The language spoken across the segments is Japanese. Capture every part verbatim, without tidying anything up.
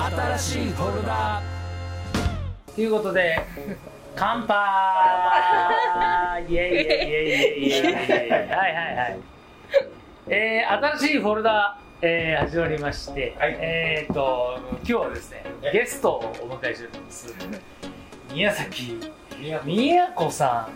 新しいフォルダということで乾杯イエイイエイイエイイエイイエイはいはいはいえー、新しいフォルダ、えー、始まりまして、はい、えーと今日はですねゲストをお迎えしております宮崎美和子さん、はい、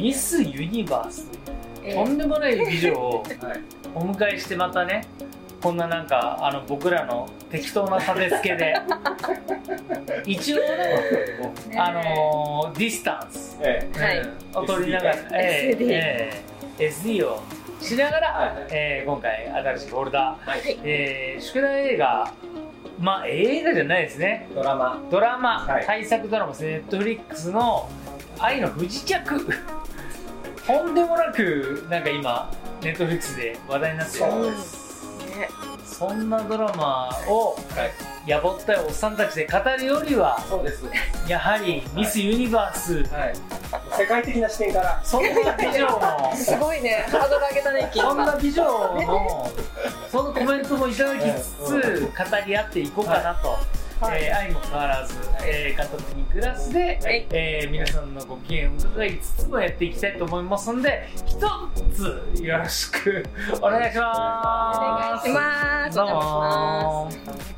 ミスユニバース、えー、とんでもない美女をお迎えしてまたねこんななんかあの僕らの適当な立て付けで一応ね、あのー、ディスタンス、ええうん、を取りながら、えーえー、エスディー をしながら、はいはいえー、今回新しいフォルダ、はいえー、宿題映画まあ映画じゃないですねドラマドラマ、はい、大作ドラマネットフリックスの愛の不時着とんでもなくなんか今ネットフリックスで話題になってるそうですそんなドラマをやぼったいおっさんたちで語るよりはそうですやはりミスユニバース、 はいはい、世界的な視点からそんな美女のすごいねハードル上げたねそんな美女のそのコメントもいただきつつ語り合っていこうかなと、はいえー、愛も変わらず、えー、片手にグラスで、はいえー、皆さんのご機嫌を伺いつつもやっていきたいと思いますので一つよろしくお願いしますお願いしますどうもはい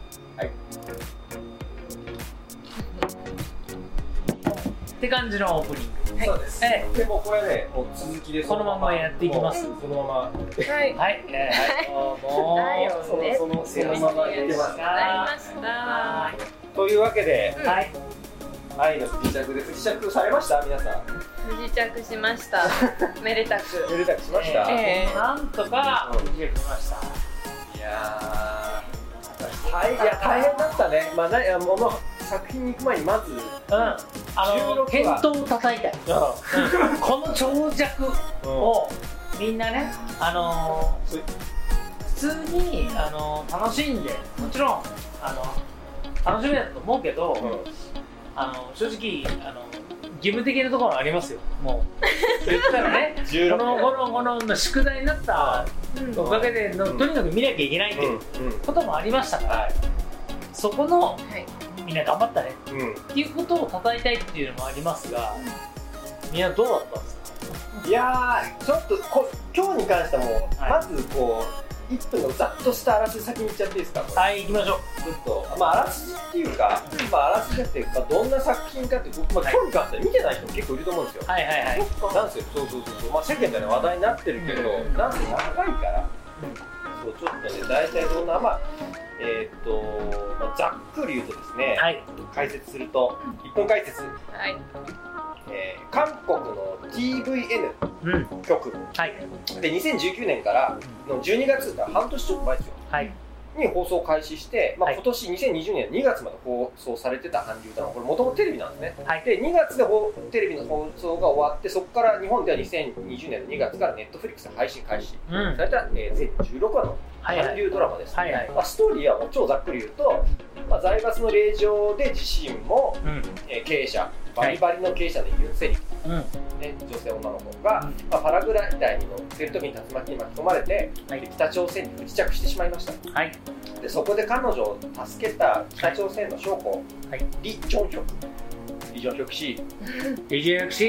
って感じのオープニングはい、そうです、ええ、でもこれね、もう続きでこのままやっていきますそのままはい、 はい、えー、はいもうその、 その、そのままいってますなりましたというわけで、 はい、 愛の不時着で不時着されました皆さん不時着しましためでたくめでたくしました、 えー、なんとか不時着しました、 いやー大, いや大変だったねまあなもの作品に行く前にまず、うん、 あの検討を叩いたい、うん、この長尺をみんなね、あのー、普通に、あのー、楽しんでもちろん、あの楽しみだと思うけど、うん、あの正直あの義務的なところありますよもう言ったらねこのこのこのの宿題になったおかげでの、うん、とにかく見なきゃいけないということもありましたから、うん、そこの、はいみんな頑張ったね、うん、っていうことを叩いたいっていうのもありますが、みんなどうだったんですか？ いやーちょっとこ今日に関してはもう、はい、まずこういっぷんのざっとしたあらすじ先に言っちゃっていいですか？ はい行きましょうちょっとまああらすじっていうか、まあ、あらすじっていうかどんな作品かって僕、まあ、今日に関しては見てない人も結構いると思うんですよはいはいはいなんせそうそうそうそうまあ世間では話題になってるけど、うん、なんせ長いから、うん、そうちょっとね大体どんなまあえーとまあ、ざっくり言うとですね、はい、解説するといっぷん解説、はいえー、韓国の ティーブイエヌ 局、うんはい、でにせんじゅうきゅうねんからのじゅうにがつから半年ちょっと前ですよ、はい、に放送開始して、まあ、今年にせんにじゅうねんにがつまで放送されてた韓流ドラマこれもともとテレビなんですね、はい、でにがつでテレビの放送が終わってそこから日本ではにせんにじゅうねんのにがつからネットフリックスで配信開始された、うんえー、全じゅうろくわの韓流ドラマです、はいはいまあ、ストーリーはもう超ざっくり言うと、まあ、財閥の令嬢で自身も、うんえー、経営者バリバリの経営者のユン・セリ、うんね、女性女の子が、うんまあ、パラグライダーに乗っている時に竜巻に巻き込まれて、はい、北朝鮮に不時着してしまいました、はい、でそこで彼女を助けた北朝鮮の将校、はい、リ・ジョンヒョクリ・ジョンヒョク氏リ・ジョンヒョク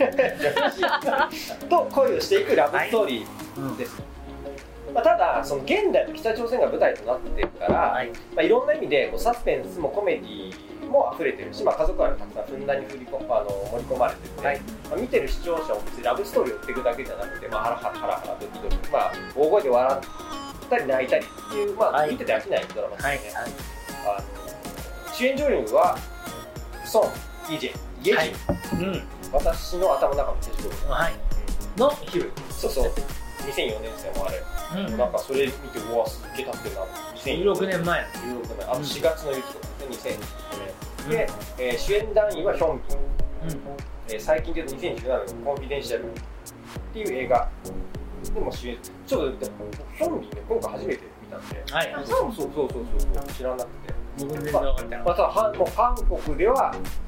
氏と恋をしていくラブストーリーです、はいうんまあ、ただその現代の北朝鮮が舞台となっているから、はいまあ、いろんな意味でこうサスペンスもコメディも溢れてるし、まあ、家族愛もたくさんふんだんに振り込あの盛り込まれてて、はいまあ、見てる視聴者を別にラブストーリーを追っていくだけじゃなくて、まあ、ハラハラハラハラドキドキ、まあ、大声で笑ったり泣いたりっていう、まあはい、見てて飽きないドラマですね、はいはい、あの主演女優はソン・イジェン、イジェ、はいうん、私の頭の中の消しゴム、はいうん、のヒロインそうそうにせんよねん生もあれ、うん、なんかそれ見てうわすっげえ経ってるなじゅうろくねんまえじゅうろくねんあとしがつの雪とかでにせんにじゅうねんで、うんえー、主演男優はヒョンビン、うんえー、最近でいうとにせんじゅうななねんのコンフィデンシャルっていう映画でも主演ちょっとでもヒョンビンね今回初めて見たんで、はい、そうそうそうそうそう知らなくて僕全然分かってなかった、 まあ、まあ、もう韓国では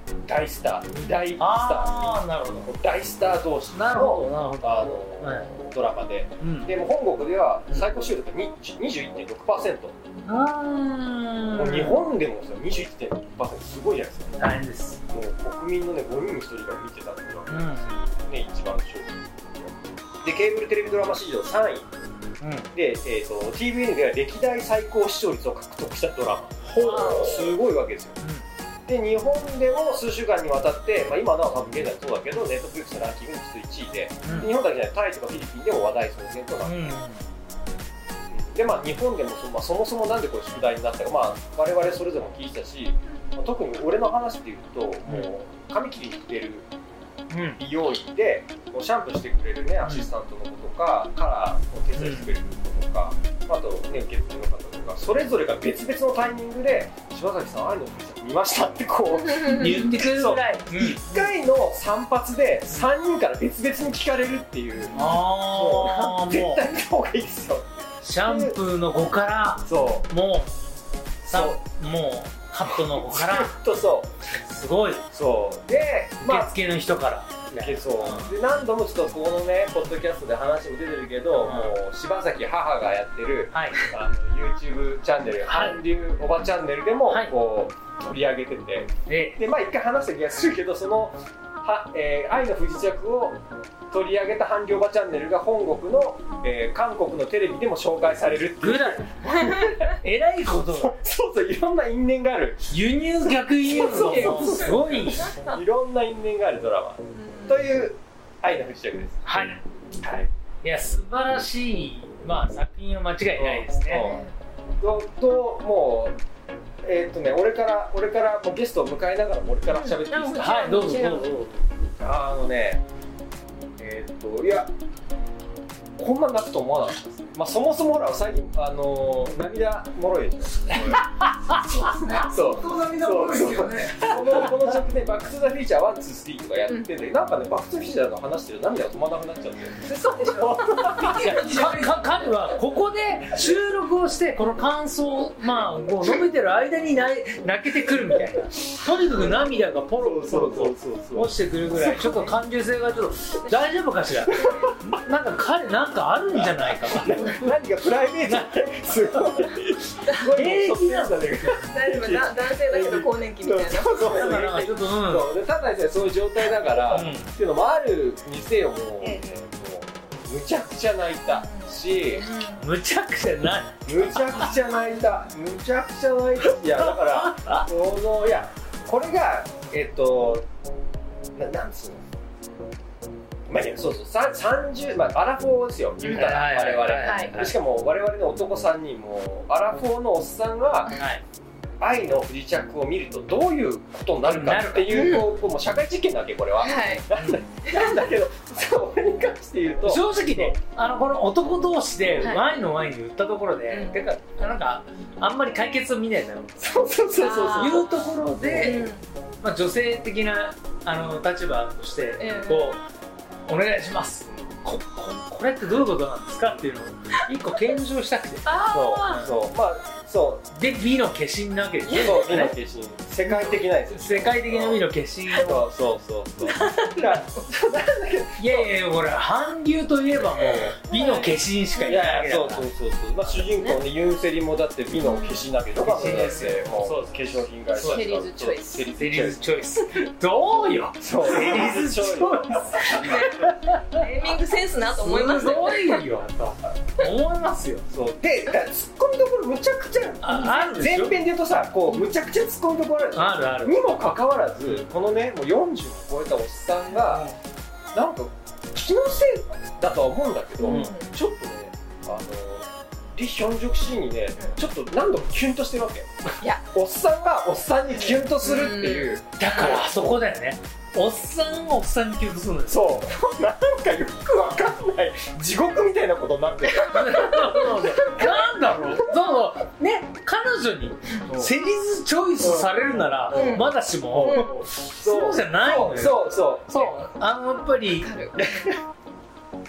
大スター、二大スター、 あーなるほど、 大スター同士のなるほどなるほど、 あの、はい、ドラマで、うん、でも本国では最高視聴率が にじゅういってんろくパーセント、うん、もう日本でも にじゅういってんろくパーセント すごいじゃないですか。 大変です。 もう国民のねごにんにひとりが見てたっていうのは、うんね、一番勝負で、ケーブルテレビドラマ史上さんい、うん、で、えー、と ティービーエヌ では歴代最高視聴率を獲得したドラマ、すごいわけですよ、うん、で日本でも数週間にわたって、まあ、今のは多分現在そうだけどネットフリックスのランキングにいちいで、うん、で日本だけじゃないタイとかフィリピンでも話題騒然となって、うんでまあ、日本でも そ,、まあ、そもそもなんでこれ宿題になったか、まあ、我々それぞれも聞いたし、まあ、特に俺の話でいうと、もう髪切りに行ってる美容院でもうシャンプーしてくれる、ね、アシスタントの子とか、カラーを手伝いしてくれる子とか、あと、ね、受付の方とか、それぞれが別々のタイミングで柴崎さん、愛のふるさと見ましたってこう言ってくるぐらい、 いっかいの散髪でさんにんから別々に聞かれるっていう、 あもう絶対見た方がいいですよ。 シャンプーの子からそうもうさもうカットの子からとそうすごいそうで、 まあ、受付の人から受けそうで何度もちょっとこのねポッドキャストで話も出てるけど、うん、もう柴崎母がやってる、はい、あの YouTube チャンネル、はい、韓流おばチャンネルでもこう、はい、取り上げてて、えでまあ一回話した気がするけどそのは、えー、愛の不時着を取り上げた韓流おばチャンネルが本国の、えー、韓国のテレビでも紹介されるっていうぐらいえらいことそうそういろんな因縁がある輸入逆輸入のすごいいろんな因縁があるドラマという愛の不時着です。 はい、はい、いや素晴らしい、まあ、作品は間違いないですね。 とともうえーっとね俺から俺からもうゲストを迎えながらも俺から喋っていいですか。 うん、はいどうぞどうぞ。 あのねえー、っといやこんな泣くと思わなかったです。まあそもそもほら最近あのー、涙もろいでしょ。そう。そう涙もろいですよね。このこの直でバックトゥザフィーチャーワンツースリーとかやってて、うん、なんかねバックトゥザフィーチャーの話してる涙が止まらなくなっちゃって。 嘘でしょ。 彼はここで収録をしてこの感想まあもう述べてる間に泣けてくるみたいな。とにかく涙がポロポロと落ちてくるぐらいちょっと感受性がちょっと大丈夫かしら。なんか彼なんかあるんじゃないかな。 何かプライベートすごい平気なんだね。 大丈夫だ男性だけど更年期みたいな。 そうそうそうだからちょっとうんただねそういう状態だからっていうのもあるにせよもうむちゃくちゃ泣いたしむちゃくちゃ泣いむちゃくちゃ泣いたむちゃくちゃ泣いたいやだからこのいやこれがえっとななんつうのまあ、そうそうさんじゅう、まあ、アラフォーですよ言うたら我々、はいはい、しかも我々の男さんにんもアラフォーのおっさんが、はい、愛の不時着を見るとどういうことになるかっていう、こうもう社会実験だっけこれは、はい、なんだなんだけどそれに関して言うと正直ねあのこの男同士でワインのワインに売ったところで、はい、てかなんかあんまり解決を見ないだろうそうそうそうそういうところで、うんまあ、女性的なあの立場としてこう、うんお願いします。こ, こ, これってどういうことなんですかっていうのを一個検証したくてそうそうまあそうで美の化身なわけですよそう美の化身世界的なやつ世界的な美の化身そうそうそうそういやいやこれ韓流といえばもう美の化身しかいないわけだからそうそうそうそう、まあ、主人公のユンセリもだって美の化身だけど化身ですよもう化粧品会社セリーズチョイスセリーズチョイスどうよそうセリーズチョイスネーミングセンスなと思いますよすごいよと思いますよそうでだからツッコミどころむちゃくちゃある前編で言うとさこうむちゃくちゃツッコミどころあるあるあるにもかかわらずこのねもうよんじゅうを超えたおっさんがなんか気のせいだとは思うんだけど、うん、ちょっとねあのリ・ヒョンジュクシーにねちょっと何度もキュンとしてるわけいやおっさんがおっさんにキュンとするっていう、 うん、だからあそこだよねおっさんがおっさんにキュンとするんですよそうなんかよくわかんない地獄みたいなことになってるなんだろうそうね彼女にセリーズチョイスされるなら、うん、まだしも、うん、そうじゃないのよそうそうそうあのやっぱり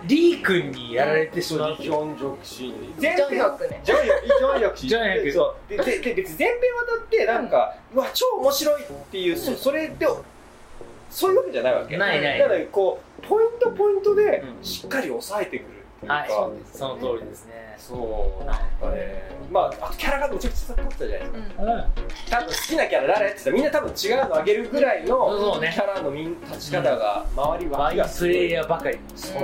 リー君にやられてしまう。 ヒョンジョクシジョンヒョクね。 ジョンヒョクシジョンヒョクそうででで別に全編渡ってなんか、うん、うわ超面白いっていう、そそれでそういうわけじゃないわけ。 ないない。 だからこうポイントポイントでしっかり抑えてくるっていうか、 はい、そうです。その通りですね。 そうなんかね、まああとキャラがめちゃくちゃ刺さったじゃないですか。うん、多分好きなキャラ誰って言ったらみんな多分違うのあげるぐらいのキャラの立ち方が周りはバイプレイヤーばかり。 そう、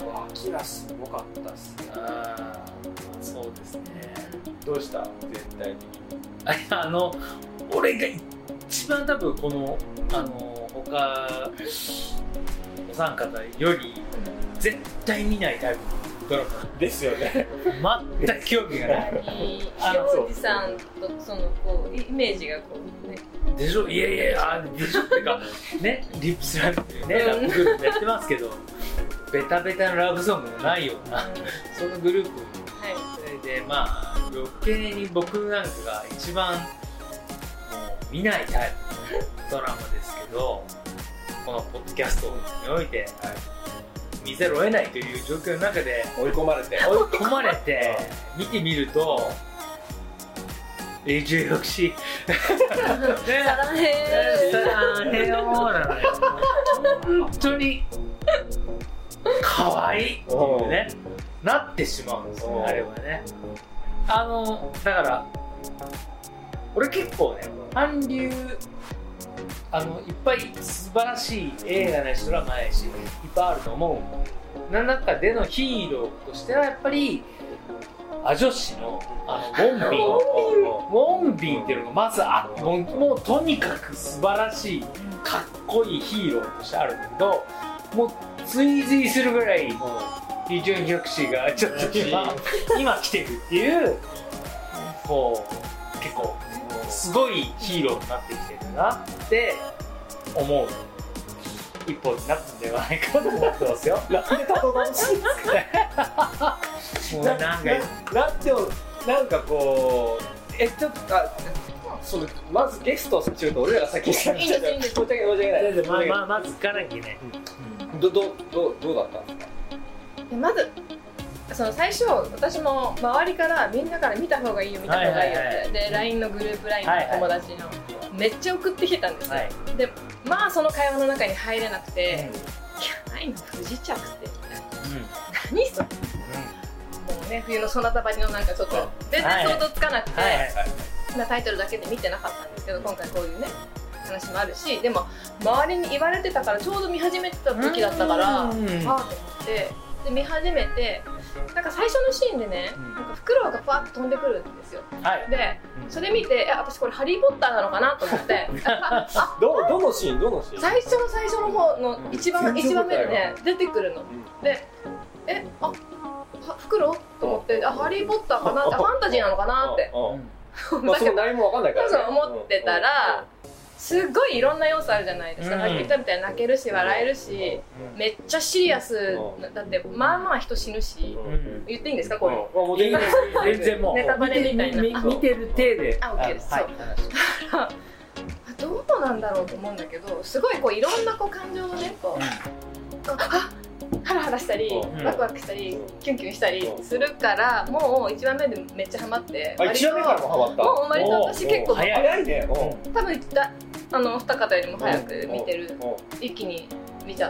脇がすごかったっすね。 ああ、そうですね。 どうした全体的に。 あの俺が一番多分このあの他お三方より絶対見ないタイプのドラマですよね。 全く興味がない。 おじさんとそのこうイメージがこうね。 でしょ、いやいや、あでしょっていうかね、リップスラップね、ラップグループやってますけど、ベタベタのラブソングもないような、うん、そのグループ、はい、でまあ余計に僕なんかが一番もう見ないタイプのドラマですけど、このポッドキャストにおいて、はい、見ざるを得ないという状況の中で追い込まれて追い込まれて見てみるとじゅうろくしサラヘーサラヘーなのよ。本当に可愛いっていうねなってしまうんですよね、あれはね。あのだから俺結構ね韓流あのいっぱい素晴らしい映画ないしドラマないしいっぱいあると思う。の中でのヒーローとしてはやっぱりアジョシのあのウォンビンウォンビンっていうのがまずあもう、もうとにかく素晴らしいかっこいいヒーローとしてあるんだけど、もう追随するぐらいイ・ジョンヒョク氏がちょっと今今来てるっていうこう結構すごいヒーローになってきてるなって思う一歩になったんではないかと思ってますよ。 なんでたどたどしいんですか。もうなんかなんでもなんかこうえちょっとあそのまずゲストをすると俺らが先にしちゃう。申し訳ない申し訳ない。 まあまあまずからきね。 どどどどうだったんですか。 まずその最初私も周りからみんなから見た方がいいよ見た方がいいよってで ライン のグループ ライン の友達のめっちゃ送ってきたんですよ。でまあその会話の中に入れなくて、いやないの不時着って何それ。もうね冬のそなたばりのなんかちょっと全然想像つかなくてタイトルだけで見てなかったんですけど、今回こういうね話もあるし、でも周りに言われてたからちょうど見始めてた時だったからああと思ってで見始めて、なんか最初のシーンでね、なんかフクロウがパーッと飛んでくるんですよ。でそれ見て私これハリー・ポッターなのかなと思ってあどどのシーンどのシーン最初の最初の方の一番一番目でね出てくるので、えあフクロウと思ってあハリー・ポッターかなってファンタジーなのかなってまあその何も分かんないからね思ってたら、すっごいいろんな要素あるじゃないですか。さっき言ったみたいに泣けるし笑えるし、めっちゃシリアスだってまあまあ人死ぬし、言っていいんですかこれ。 全然もうネタバレみたいな見てる体で。 あ、オッケーです。そう。だからどうなんだろうと思うんだけど、すごいこういろんなこう感情をねこうあハラハラしたりワクワクしたりキュンキュンしたりするから、もういちわめでめっちゃハマって、 いちわめからもハマった。 もう割と私結構早いね。 多分あの二方よりも早く見てる、一気に見ちゃって、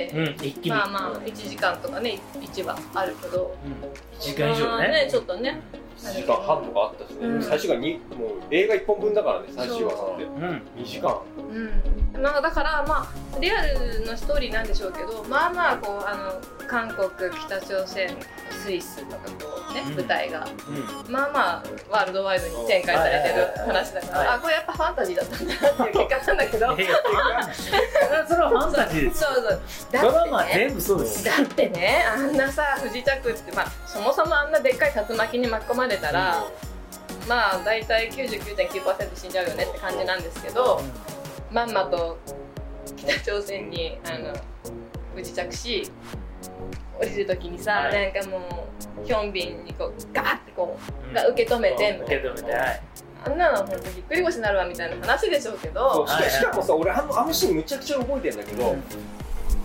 まあまあいちじかんとかねいちわあるけど、 いちじかん以上ねちょっとねいちじかんはんとかあったしね、最初がにもう映画いっぽんぶんだからね、最終話なんでにじかん。うん、 だからまあリアルなストーリーなんでしょうけど、まあまあこうあの韓国、北朝鮮、スイスとかこうね、うん、舞台が、うん、まあまあワールドワイドに展開されてる話だから、はいはいはい、あこれやっぱファンタジーだったんだなっていう結果なんだけどそれはファンタジーです。 そうそう。 ドラマは全部そうです。 だってね、あんなさ不時着って、まあそもそもあんなでっかい竜巻に巻き込まれたら、うん、まあ大体 きゅうじゅうきゅうてんきゅうパーセント 死んじゃうよねって感じなんですけど、うん、まんまと北朝鮮にあの不時着し、降りるときにさ、はい、なんかもうヒョンビンにこうガーってこう、うん、が受け止めてみたいな、受け止めて、はい、あんなの本当ぎっくり腰になるわみたいな話でしょうけど、 しかもさ、俺あのあのシーンむちゃくちゃ覚えてるんだけど、うん、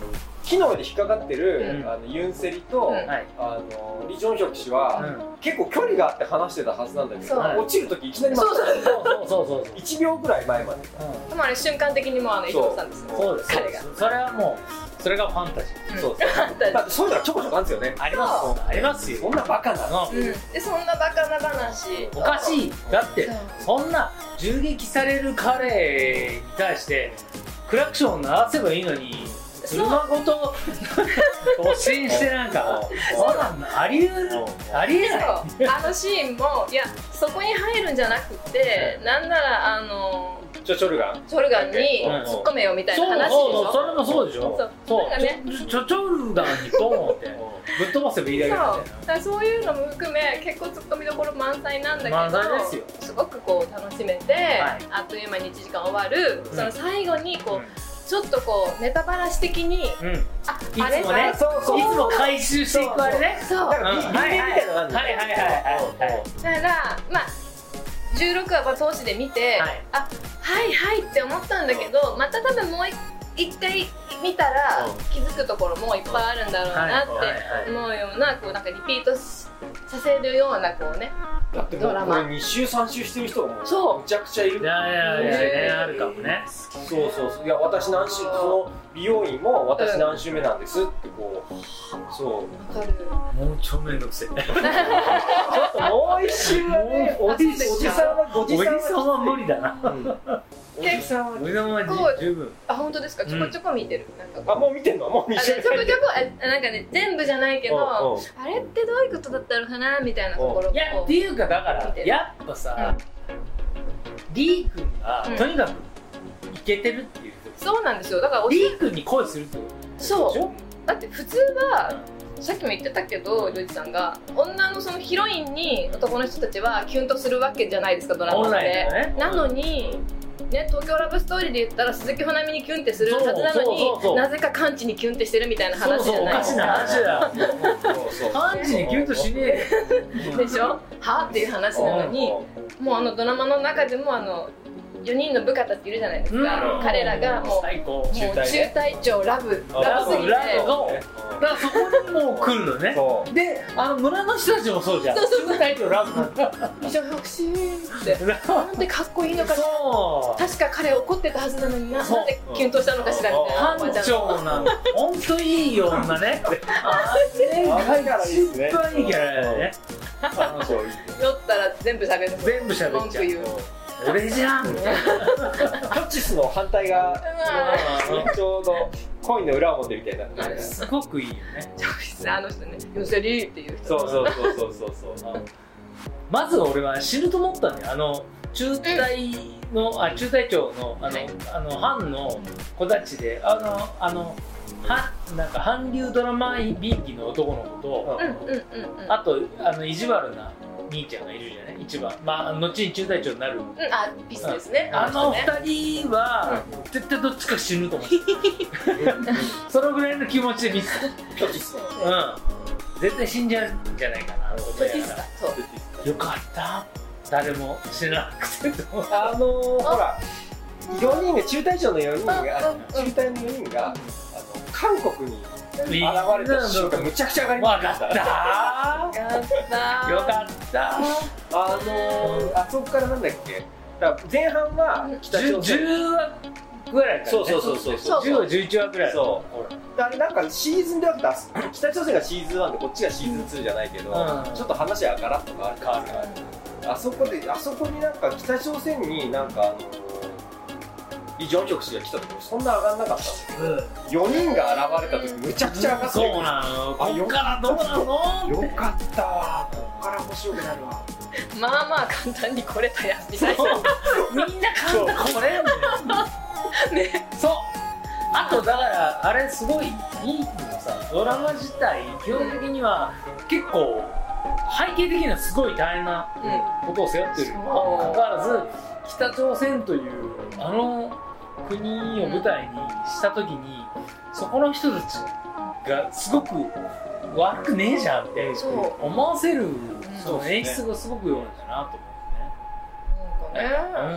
木の上で引っかかってる、うん、あのユンセリと、うん、あのリ・ジョンヒョク氏は、うん、結構距離があって話してたはずなんだけど、落ちるときいきなり待ってた。そうそうそうそう。いちびょうぐらい前まで。 でもあれ瞬間的にもあの移動したんですよ。 そうです。彼が。それはもうそれがファンタジー。そうです。 だってそういうのがちょこちょこあるんですよね。 あります。ありますよ。 そんなバカなの。 でそんなバカな話。 おかしい。だってそんな銃撃される彼に対してクラクションを鳴らせばいいのに。車ごと突進してなんかそんなんありえありえない。 あのシーンもいやそこに入るんじゃなくてなんならあのチョチョルガンチョルガンに突っ込めよみたいな話でしょ。 そうそうそれもそうでしょ。そうそうチョチョルガンにドーンってぶっ飛ばせばいいだけみたいな。 そうだからそういうのも含め結構突っ込みどころ満載なんだけど満載ですよ。 すごくこう楽しめてあっという間にいちじかん終わるその最後にこうちょっとこうネタばらし的に、うん、ああれいつもね、そうそういつも回収していくあれね。 そう。 だからビビみたいなのがあるんだよ。 はいはいはいはい。だからまあじゅうろくわば通しで見て、はい、あはいはいって思ったんだけど、また多分もう一回見たら気づくところもいっぱいあるんだろうなって思うようなこうなんかリピートさせるようなこうね。 だってもうこれに週さん週してる人がもうむちゃくちゃいる。 いやいやいやいやあるかもね。 そうそうそう。いや私何週その美容院も私何週目なんですってこうそうわかる。 もう超めんどくせえ。ちょっともう一週はねおじさんはおじさんは無理だな。 おじさんはおじさんは十分。 あ本当ですか。ちょこちょこ見てる。 あもう見てんの？もう見てる。 ちょこちょこなんかね全部じゃないけどあれってどういうことだったのかなみたいなところ。 いやっていうかだからやっぱさリー君がとにかくイケてるっていう。 そうなんですよ。だからリー君に恋するってことでしょ。 そう。だって普通はさっきも言ってたけどジョイチさんが女のそのヒロインに男の人たちはキュンとするわけじゃないですかドラマで。なのに。ね、東京ラブストーリーで言ったら鈴木保奈美にキュンってするはずなのになぜかカンチにキュンってしてるみたいな話じゃないですか。 おかしな話だ。カンチにキュンとしねえでしょはっていう話なのにもうあのドラマの中でもあのよにんの部下たちいるじゃないですか、うん、彼らがもう最高もう中隊長ラブラブすぎてだからそこにもう来るのねであの村の人たちもそうじゃん中隊長ラブなんだ非常に欲しいってなんでかっこいいのか確か彼怒ってたはずなのにななんでキュンとしたのかしらみたいな班長なんだほんといいよ女ねあれが一番いいキャラだよね酔ったら全部喋る全部喋っちゃう俺じゃんトチスの反対がちょうどコインの裏表みたいになってすごくいいよねあの人ねヨセリーっていう人そうそうそうそうそうそうまず俺は死ぬと思ったんだよあの中隊のあ中隊長のあの、はい、あの班の子たちであのあのはなんか韓流ドラマ便器の男の子と、あとあの意地悪な兄ちゃんがいるじゃない一番まあ後に中隊長になる、うん、 あピスですね、 うん、あの二人は、うん、絶対どっちか死ぬと思ってそのぐらいの気持ちで見てたピスうん絶対死んじゃうんじゃないかなと思ってよかった誰も死ななくてあのー、ほらよにんが中隊長のよにんが中隊のよにんがあの韓国に現れた瞬間むちゃくちゃ上がりました。 よかったよかったあのー、あそこからなんだっけだから前半は北朝鮮じゅうわぐらいからねそうそうそうそうそうじゅうわじゅういちわぐらいそうあれなんかシーズンであった北朝鮮がシーズンワンでこっちがシーズンツーじゃないけど、うん、ちょっと話がガラッと変わる変わる変わるあそこであそこになんか北朝鮮になんかあのイ・ジョンヒョク氏が来た時もそんな上がんなかったんだけど、うん、よにんが現れた時むちゃくちゃ上がってる、 うん、そうなのこっからどうなのよかったわこっから面白くなるわまあまあ簡単に来れたやみたいなみんな簡単に来れんだよねそうあとだからあれすごいいいのさドラマ自体基本的には結構背景的にはすごい大変なことを背負ってるにもかかわらず北朝鮮というあの国を舞台にした時にそこの人たちがすごく悪くねえじゃんって思わせるその演出がすごく良いんだなと思ってね。なんかね、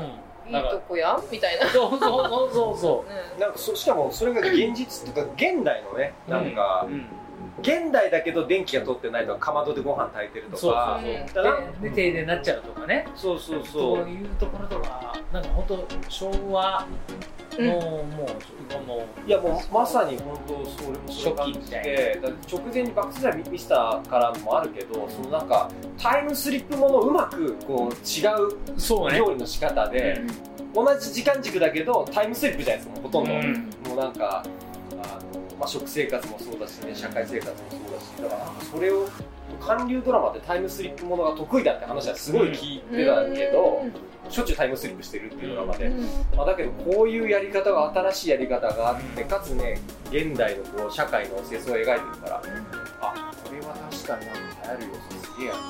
いいとこやみたいな。 そうそうそうそうそう、 うん、なんかそしかもそれが現実とか現代のね、なんか、うんうん、現代だけど電気が通ってないとか、かまどでご飯炊いてるとか、 そうそうそうで停電になっちゃうとかね、 そうそうそう、 そういうところとか、なんか本当昭和の、うん、もうもういやもうまさに本当それも初期で、直前にバックスタイル見せたからもあるけど、そのなんかタイムスリップものをうまくこう違う料理の仕方で、ね、うん、同じ時間軸だけどタイムスリップじゃないですか、もうほとんど、うん、もうなんかあの、まあ、食生活もそうだしね、社会生活もそうだし、だからなんかそれを韓流ドラマってタイムスリップものが得意だって話はすごい聞いてたけど、うん、しょっちゅうタイムスリップしてるっていうドラマで、うん、まあ、だけどこういうやり方が、新しいやり方があって、かつね現代のこう社会の世相を描いてるから、あ、これは確かになんか流行る要素すげえやんな。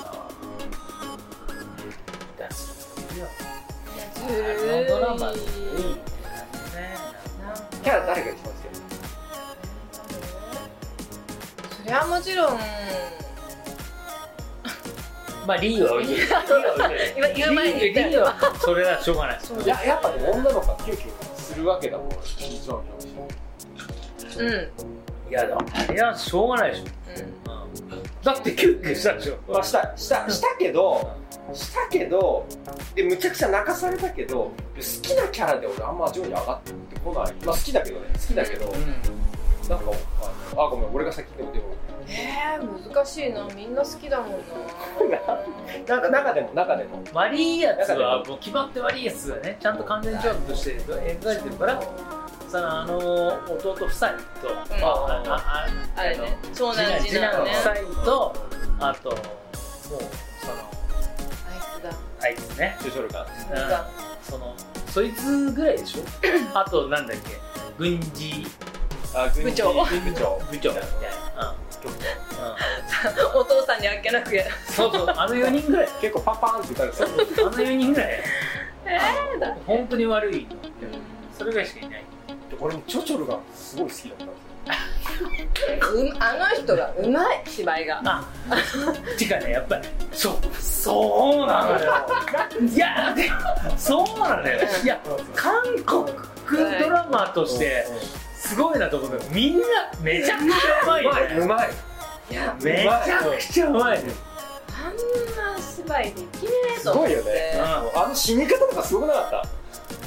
だすごいよ。 あのドラマいいね。 キャラ誰が一番好き？ それはもちろん。 まあリーは置いてる。リーは置いてる。 言う前に言ったよ。 リーはそれはしょうがない。 いややっぱね、女の子がキュンキュンするわけだもん。 うん。 いやだ、あれはしょうがないでしょ。うん。だってキュンキュンしたでしょ。 まあしたしたしたけど、したけど、でむちゃくちゃ泣かされたけど、好きなキャラで俺あんま上に上がってこない。まあ好きだけどね、好きだけど、うん、なんかあ、あごめん俺が先でもでも。 えー、難しいな、みんな好きだもんな。 なんか中でも中でも悪いやつはもう決まって悪いやつがね、ちゃんと完全懲悪として描いてるから、そのあの弟夫妻と、うん、あああれね、長男次男ね、 夫妻と、あともうそのあいつだ、 あいつね、 ジョジョルが、 そのそいつぐらいでしょ。あとなんだっけ、軍事部長部長部長みたいな。 お父さんにあっけなくやそうそう、あのよにんぐらい結構パンパンって言ったんですよ。 あのよにんぐらいえーだ本当に悪い、それぐらいしかいない。 俺もチョチョルがすごい好きだったんですよ。あの人がうまい、芝居が。 あてかね、やっぱりそうそうなのよ。いやでそうなのよ。いや韓国ドラマとしてすごいなと思う。みんなめちゃくちゃうまいね。 うまい。 いやめちゃくちゃうまいね。 あんな芝居できねえと思って。すごいよね。あの死に方とかすごくなかった？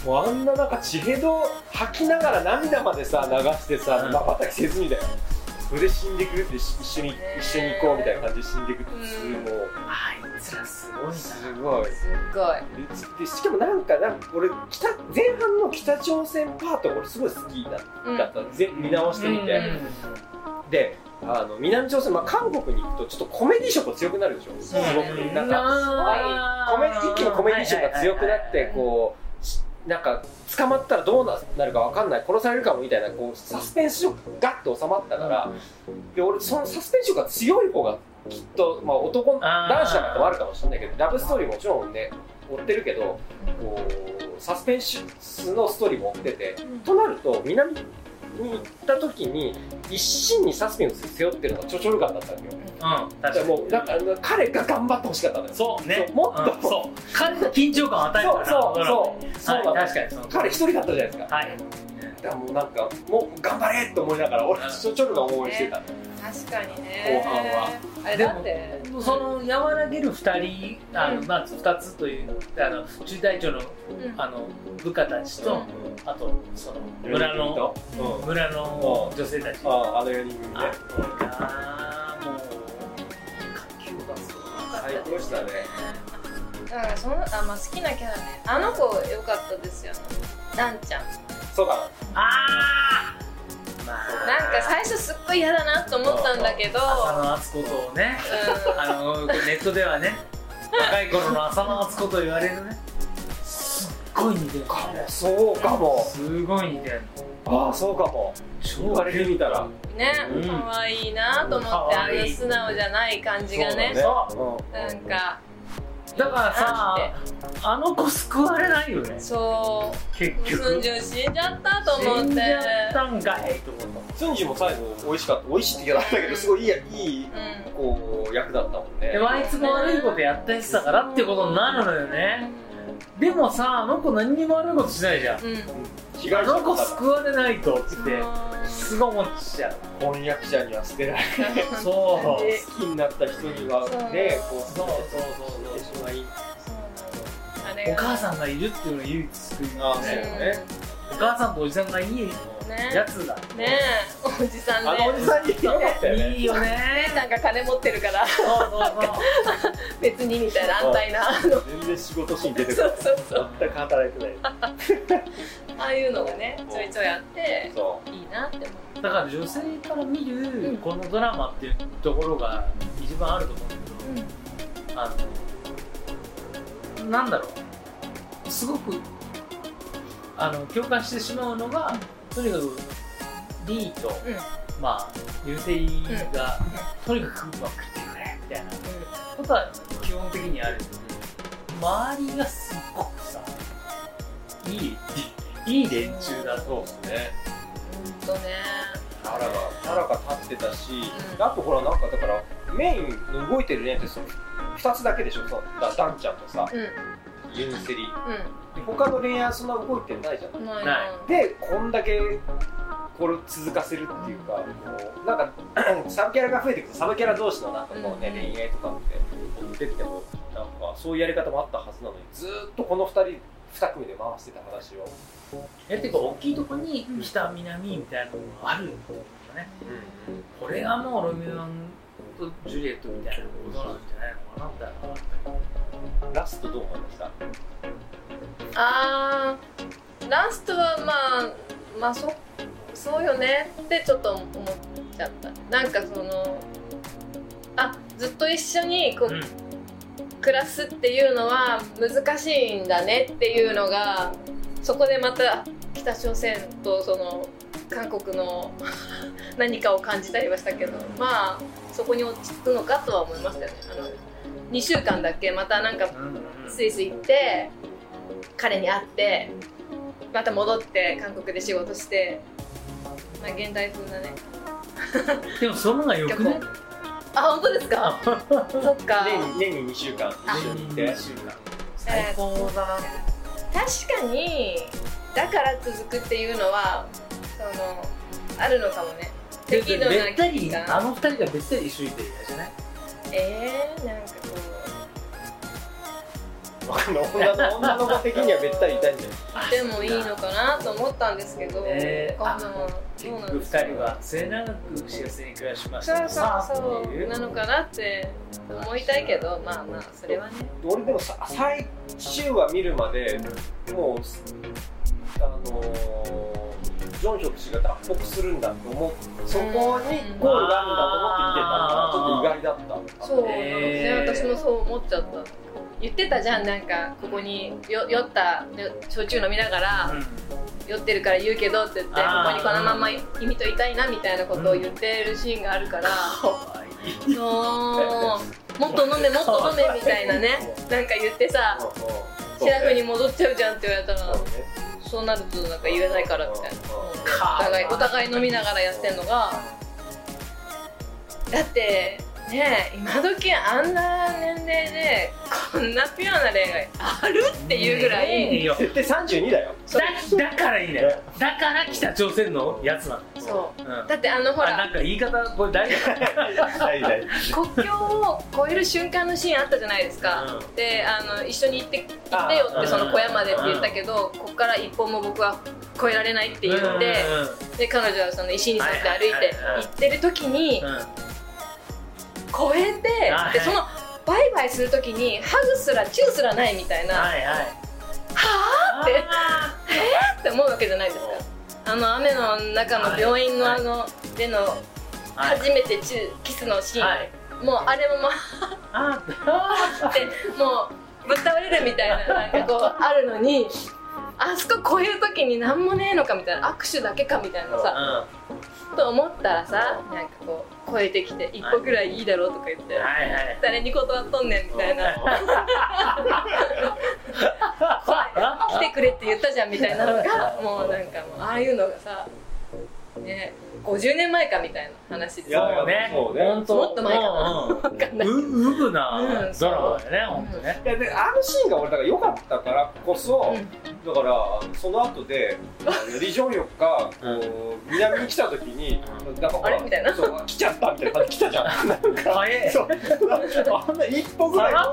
もうあんななんか血ヘド吐きながら涙までさ流してさ、まばたきせずにだよ。それで死んでくるって一緒に一緒に行こうみたいな感じで死んでくってすごい。 あいつらすごいな。 すごい。 すごい。 でしかもなんかなんか俺北前半の北朝鮮パート俺すごい好きだった。全部見直してみて。で。あの南朝鮮、まあ、韓国に行くとちょっとコメディ色強くなるでしょ。すごくなんかコメ一気にコメディ色が強くなってこうなんか捕まったらどうなるか分かんない、殺されるかもみたいなこうサスペンス色がガッと収まったから、で俺そのサスペンス色が強い方がきっと、まあ、男男子だからもあるかもしれないけど、ラブストーリーもちろんね追ってるけどこうサスペンスのストーリーも追ってて、となると南に行った時に一心にサスペンス背負ってるのがチョチョルガンだったわけよ。うん、確かに。もうだから彼が頑張ってほしかったのよ。 そうね。 もっと、 うん、そう。彼が緊張感を与えるから。 そうそうそう。そう、 はい、確かにそう。 彼一人だったじゃないですか。 はい。 だからもうなんかもう頑張れって思いながら俺チョチョルガンを応援してた。 確かにね。 後半は。 あれだってその和らげるふたり、あのまずふたつというあの中隊長のあの部下たちと、あとその村の村の女性たち。 ああのよにん組ね。 ああもう最高でしたね。 だからそのあ、まあ、好きなキャラね、あの子良かったですよ、ランちゃん。 そうかな。 ああ、 まあ、なんか最初すっごい嫌だなと思ったんだけど、 浅野敦子とね、うん、あのネットではね、若い頃の浅野敦子と言われるね、すっごい似てるかも。 そうかも。 すごい似てる。 ああ、そうかも。言われてみたらね、可愛いなと思って、あの素直じゃない感じがね、なんかだからさ、あの子救われないよね。 そう結局スンジュン死んじゃったと思って。死んじゃったんかいと思った。 スンジュンも最後美味しかった、美味しいって言われたけどすごいいい、いいこう役だったもんね。 でもあいつも悪いことやったやつだからってことになるのよね。 でもさ、あの子何にも悪いことしないじゃん、うん、あの子救われないとってすごい思っちゃう。 婚約者には捨てられないそう好きになった人にはねこうそうそうそうしてしまい、 お母さんがいるっていうのが唯一救いなんだよね。お母さんとおじさんがいいやつだね。おじさんね、 あのおじさんによかったよね。 いいよね。 なんか金持ってるからそうそうそう別にみたいな安泰な全然仕事シーン出てくる。 そうそうそう全く働いてないああいうのがねちょいちょいあっていいなって思う。 だから女性から見るこのドラマっていうところが一番あると思うんだけど、あのなんだろう、すごくあの共感してしまうのが、とにかくリーと、うん、まあユーセイが、うん、とにかくうまくいってくれみたいなことは基本的にあるんで、周りがすっごくさいいいい連中だとね。 ほんとね。 キャラがキャラが立ってたし、うん、あとほらなんかだからメインの動いてる連ってふたつだけでしょ。そうだダンちゃんとさ、うん、ユンセリ、うん、他の恋愛はそんな動いてないじゃん。 ないない。 でこんだけこれを続かせるっていうか、こうなんかサブキャラが増えてくるとサブキャラ同士のなんかこうね、うん、恋愛とかって出てもなんかそういうやり方もあったはずなのに、ずーっとこのふたりに組で回してた話を。 えっていうか大きいところに北南みたいなのがあるんだよね、うんうん、これがもうロミオとジュリエットみたいなことなんじゃないのかなって思ったけど、 ラストどう思いました？ あーラストはまあまあそそうよねってちょっと思っちゃった。なんかそのあずっと一緒にこう、うん、暮らすっていうのは難しいんだねっていうのが、そこでまた北朝鮮とその韓国の何かを感じたりはしたけど、まあそこに落ち着くのかとは思いましたよね。あのにしゅうかんだっけまたなんかスイス行って彼に会ってまた戻って韓国で仕事して、まあ、現代風なねでもその方がよくね。 あ、本当ですかそっか年に、年ににしゅうかん一緒にいて最高だな。 確かにだから続くっていうのはそのあるのかもね。適度なべったりあのふたりがべったり一緒にいてるじゃない。 えー、なんかこう女の, 女の子的にはべったりいたいんだよ。 でもいいのかなと思ったんですけど、 えー、あ結局ふたりは末永く幸せに暮らしましたそうそうそうなのかなって思いたいけど、まあまあそれはね。 俺でもさ最終話見るまでもうあのージョンヒョク氏が脱北するんだと思って、そこにゴールがあるんだと思って見てたからちょっと意外だった。 そうなんですね、私もそう思っちゃった。言ってたじゃん、なんかここによ酔った焼酎飲みながら、うん、酔ってるから言うけどって言ってここにこのまま君といたいなみたいなことを言ってるシーンがあるから、うん、そうもっと飲めもっと飲めみたいなねなんか言ってさシラフに戻っちゃうじゃんって言われたら、そうなるとなんか言えないからみたいな、お互いお互い飲みながらやってんのが、だってねえ今時あんな年齢でこんなピュアな恋愛あるっていうぐらい、 設定さんじゅうにだよ。 だ, だからいいんだよ。だから北朝鮮のやつなの。 そう、うん、だってあのほらなんか言い方これ大丈夫国境を越える瞬間のシーンあったじゃないですか、うん、であの一緒に行って行ってよってその小屋までって言ったけど、ここから一歩も僕は越えられないって言って、うん、で彼女はその石に沿って歩いて行ってる時に、うん超えて、はい、でそのバイバイするときにハグすらチューすらないみたいな、はいはい、はぁってえーって思うわけじゃないですか。あの雨の中の病院のあのでの初めてチューキスのシーン、はい、もうあれもまあってもうぶっ倒れるみたいななんかこうあるのに、あそこ超えるときに何もねえのかみたいな、握手だけかみたいなさ、うん、と思ったらさ、なんかこう超えてきて一歩ぐらいいいだろうとか言って、はいはい、誰に断っとんねんみたいな来てくれって言ったじゃんみたいなのがもうなんかもうああいうのがさ、ね、 ごじゅうねんまえかみたいな話ですよね。 もっと前かな。 うぶなドラマだよね、本当ね。 いやであのシーンが俺だから良かったからこそ、だからその後でリジョンヨクが南に来た時になんかあれみたいな、 来ちゃったみたいな感じ来たじゃん。 早い。 あんな一歩ぐらいあ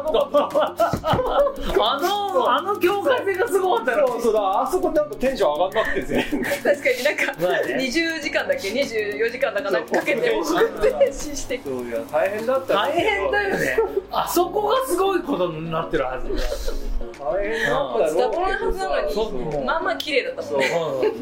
のあの境界線がすごかったの。 そうそうだ、あそこなんかテンション上がんなくて全然。 確かになんかにじゅうじかんだっけにじゅうよじかんだかなんかかけて前進してくる。 そういや大変だった大変だよね。あそこがすごいことになってるはずだ。 大変だったズタボロなはずなのにまあまあ綺麗だったもんね。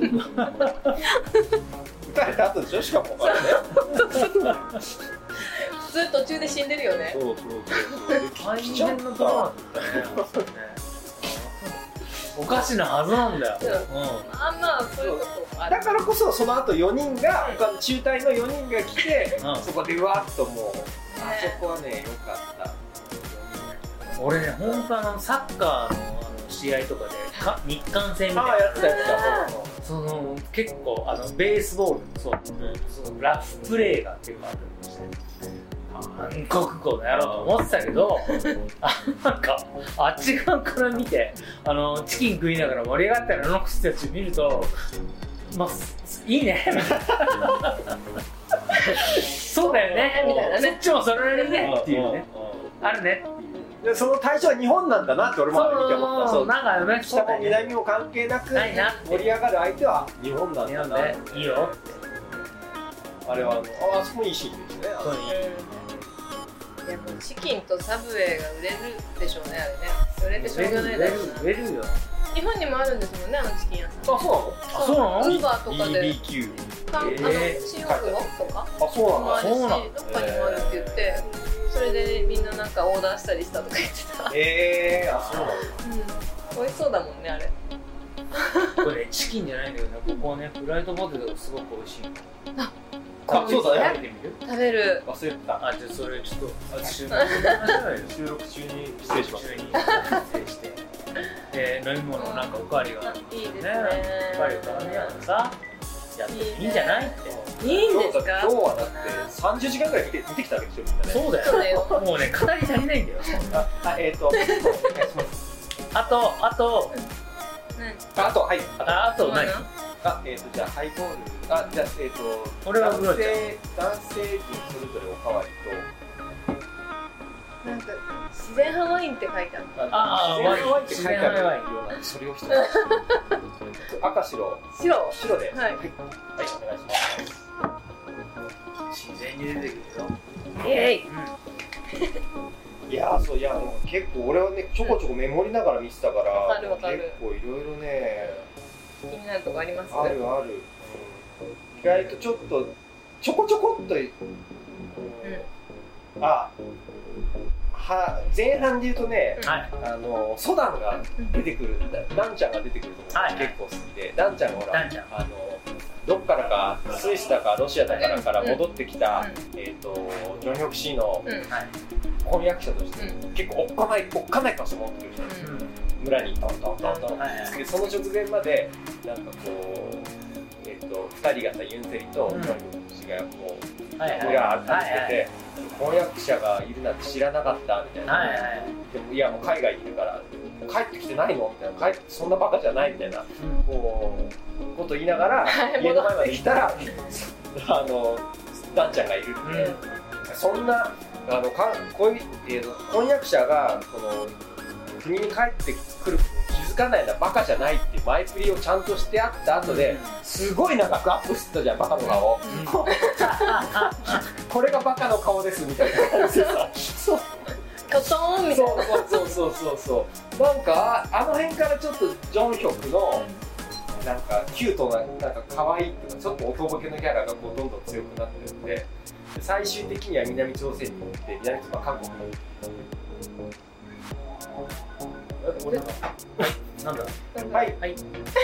撃たれた後でしょ、しかもあれね。 普通途中で死んでるよね。 そうそうそう。 大変なドラマだったね。おかしなはずなんだよ。 まあまあそういうことある。 だからこそその後よにんが他の中隊のよにんが来て、そこでうわっともうあそこはね良かった。 俺ね本当あのサッカーの試合とかでか日韓戦みたいな。 あやったやった。 その結構あのベースボールもそう、そのラフプレーが結構あるんですね。韓国語のやろうと思ってたけど、あなんかあっち側から見てあのチキン食いながら盛り上がったらあの人たち見ると、まあいいねみたいなそうだよねみたいなね、そっちもそれなりにねっていうね、あるねっていう。 でその対象は日本なんだなって俺も見て思った。 そうなんかね、 北も南も関係なく盛り上がる相手は日本なんだな。 いいよ。 あれはあのあそこいいシーンですね。 でもチキンとサブウェイが売れるでしょうね、あれね。売れてしょうがないだろうな。 売れるよ。 日本にもあるんですもんね、あのチキン屋さん。 あ、そうなの？ あ、そうなの？ ウーバーとかでビービーキューあの新大久保とかあ、そうなんだ。 そうなんだ。どっかにもあるって言って、それでみんななんかオーダーしたりしたとか言ってた。 えー、あ、そうなんだ。 うん、美味しそうだもんね、あれ。 これね、チキンじゃないんだけどね、ここね、フライドポテトがすごく美味しい。 あ、 あ、そうだね。 食べる。 忘れてた。 あ、じゃあそれちょっと収録収録中に失礼します。 失礼して。で、飲み物なんかおかわりがいいですね。 おかわりが頼みながらさ、やっていいんじゃないって。 いいんですか？ 今日はだってさんじゅうじかんぐらい見て見てきたわけでしょ、みんなね。 そうだよ。もうね、語り足りないんだよ。 あ、えっと、お願いします。 あと、あと、 あと、はい。 あと何？ あ、えっと、じゃあハイボール。あ、じゃあ、えっと、 俺は男性、男性陣それぞれおかわりと。なんか自然派ワインって書いてある。 ああ、自然派ワインって書いてあるような、それを一つ。赤白。 白。 白で。はい。はい、お願いします。自然に出てくるよ。 イエイ。 いやー、そう、いや、もう結構俺はね、ちょこちょこメモりながら見てたから、 結構いろいろね、 気になるとこあります？ あるある。意外とちょっとちょこちょこっと、うん、あは前半で言うとね、はい、あのソダンが出てくる、ダンちゃんが出てくるところが結構好きで、はい、ダンちゃんがほらあのどっからかスイスだかロシアだからから戻ってきた、うん、えっ、ー、とジョン・ヒョクシーの、うん、婚約者として、うん、結構おっかないおっかない顔して持ってる人です、うん、村にトントントントンってでその直前までなんかこうえっ、ー、とふたりがさユンセリとジョン・ヒョクシーがもう裏あってて婚約者がいるなんて知らなかったみたいな、はいはい、でもいやもう海外にいるから帰ってきてないのみたいな帰ってそんなバカじゃないみたいな、うん、こうこと言いながら家の前まで来たらあのダンちゃんがいるって、うん、そんなあのか恋、えー、婚約者がこの国に帰ってくる気づかないようなバカじゃないっていう前振りをちゃんとしてあった後で、うん、すごい長くアップしてたじゃんバカの顔、うん、これがバカの顔ですみたいな感じでさそうコトーンみたいなそうそうそうそうなんかあの辺からちょっとジョンヒョクのなんかキュートななんか可愛いっていうかちょっとおとぼけのキャラがこうどんどん強くなってるんで最終的には南朝鮮に行って南朝鮮は韓国に行って俺なんだはいはい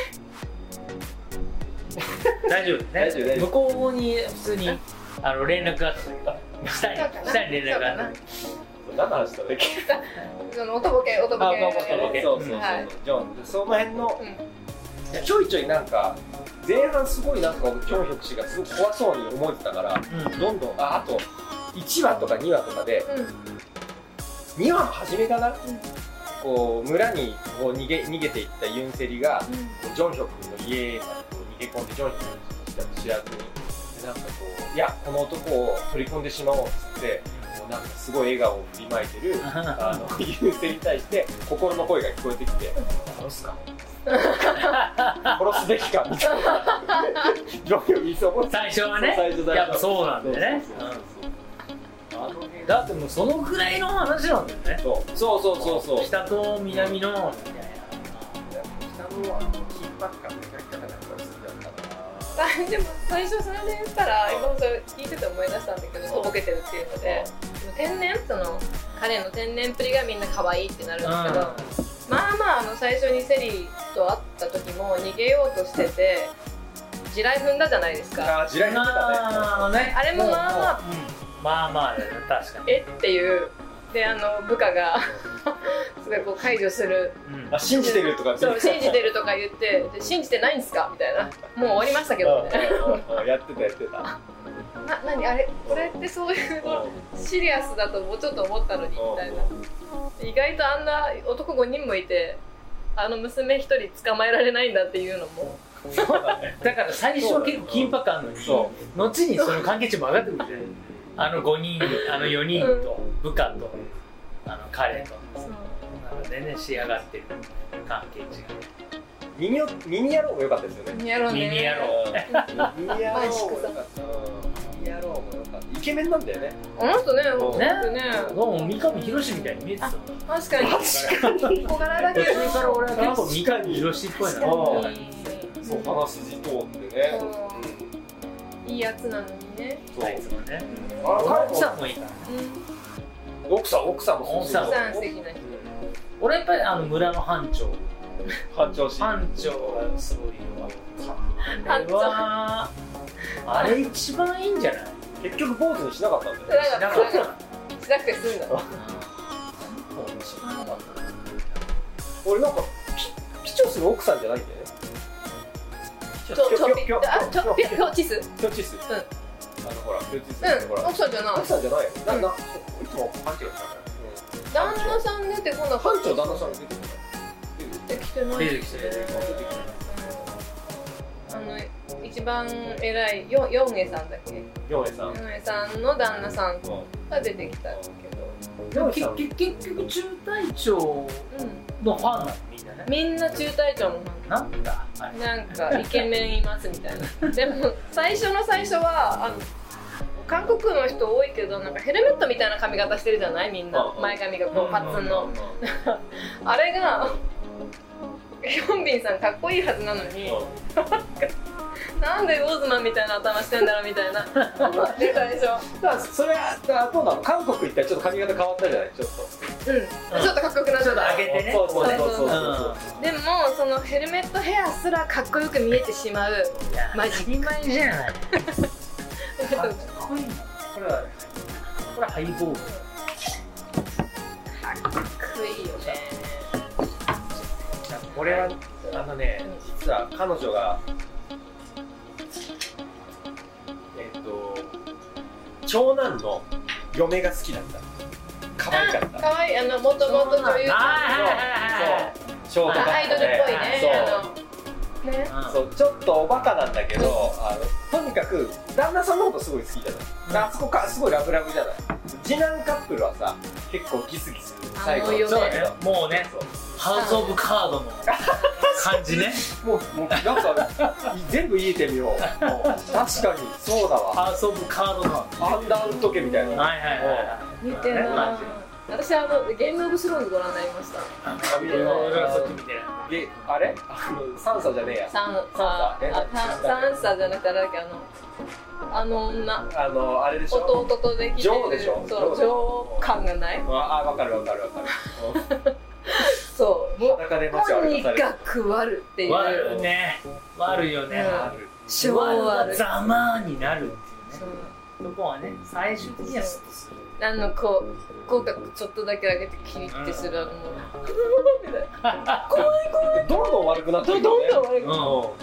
大丈夫大丈夫向こうに普通にあの連絡があったんだけど下に下に連絡があった何の話だっけそのおとぼけおとぼけそうそうそうジョンその辺のちょいちょいなんか前半すごいなんかジョンヒョク氏がすごく怖そうに思えてたから、うん、どんどんああといちわとかにわとかで、うん、にわの初めかな、うん、こう村にこう逃げ逃げていったユンセリが、うん、ジョンヒョクの家までこう逃げ込んでジョンヒョクの知らずになんかこういやこの男を取り込んでしまおうっつってなんかすごい笑顔を振りまいてるあのユンセリに対して心の声が聞こえてきて殺すか殺すべきかみたいな最初はねやっぱそうなんだよねだってもうそのくらいの話なんだよねそうそうそうそうそう北と南のみたいな北のあの緊迫感の描き方が好きだったなでも最初それで言ったら今もそれ聞いてて思い出したんだけどとぼけてるっていうので天然その彼の天然っぷりがみんな可愛いってなるんですけど、うん、まあまああの最初にセリと会った時も逃げようとしてて地雷踏んだじゃないですか。 あ地雷踏んでたね, ねあれもまあまあ、 うん、まあまあ確かにえっていうであの部下がすごいこう解除する、 うん、あ信じてるとかそう信じてるとか言ってで信じてないんですかみたいなもう終わりましたけどみたいなやってたやってたな何あれこれってそういうシリアスだともうちょっと思ったのにみたいな意外とあんな男ごにんもいてあの娘ひとり捕まえられないんだっていうのもだから最初は結構緊迫感あるのに後にその関係値も上がってくるじゃないあのごにんあのよにんと部下とあの彼と全然仕上がってる関係値がミニミニ野郎も良かったですよね。 ミニ野郎ね。 ミニ野郎。 ミニ野郎も良かった。ミニ野郎も良かった。イケメンなんだよね。 あの人ね、 ね、ね、どうも三上博史みたいに見えてた。 確かに。確かに。小柄だけど。 それから俺は結構三上博史っぽいな。 そう鼻筋通ってね。 いいやつなのにね。 あいつもね。奥さんもいいから。 奥さん奥さんも奥さん素敵な人。 俺やっぱりあの村の班長。 班長し班長がすごいよあれはあれ一番いいんじゃない結局坊主にしなかったんだよねしなかったしなくて済んだ一番良かった俺なんかピチョスの奥さんじゃないんだよねちょちょちょちょピョチスピョチスうんあのほらピョチスうん奥さんじゃない奥さんじゃないよなんだいつも勘違いした旦那さん出てこなかった班長旦那さん出てこない出てきてない出てきてるあの一番偉いヨンエさんだっけヨンエさんヨンエさんの旦那さんが出てきたけどでも結局中隊長のファンなのみんなねみんな中隊長もファンなんだなんかイケメンいますみたいなでも最初の最初はあの韓国の人多いけどなんかヘルメットみたいな髪型してるじゃないみんな前髪がこうパッツンのあれがヒョンビンさんかっこいいはずなのになんでウォーズマンみたいな頭してんだろうみたいなで最初だからそれはどうなの韓国行ったらちょっと髪型変わったじゃないちょっとうんちょっとかっこよくなっちょっと上げてねそうそうそうそうでもそのヘルメットヘアすらかっこよく見えてしまうマジ当たり前じゃないかっこいいこれはこれはハイボールかっこいいよねこれはあのね実は彼女がえっと長男の嫁が好きだった可愛かった可愛いあのもともと女優さんそうショートカットでアイドルっぽいねね、そうちょっとおバカなんだけどあのとにかく旦那さんのことすごい好きじゃないあそこかすごいラブラブじゃない次男カップルはさ結構ギスギス最後そうねもうねハウスオブカードの感じねもうもうなんか全部言えてみよう確かにそうだわハウスオブカードのアンダーウッド家みたいなはいはいはい似てるな私あのゲームオブスローンズご覧になりました。 あ見てる。そっち見てる。であれ？あのサンサじゃねえや。 サンササンサじゃなくてあれだっけあのあの女。 あのあれでしょ。 弟とできてる。 ジョーでしょ。 そうジョー感がない。 あわかるわかるわかる。 そう。 裸で街を歩かされる。 とにかく悪っていう。 悪ね。悪よね。 超悪。 ざまーになるっていうね。そこはね最終的にはスッとする。 あのこう口角ちょっとだけ上げてキリッてするあのもうみたいな怖い怖いどんどん悪くなってるどんどん悪くなって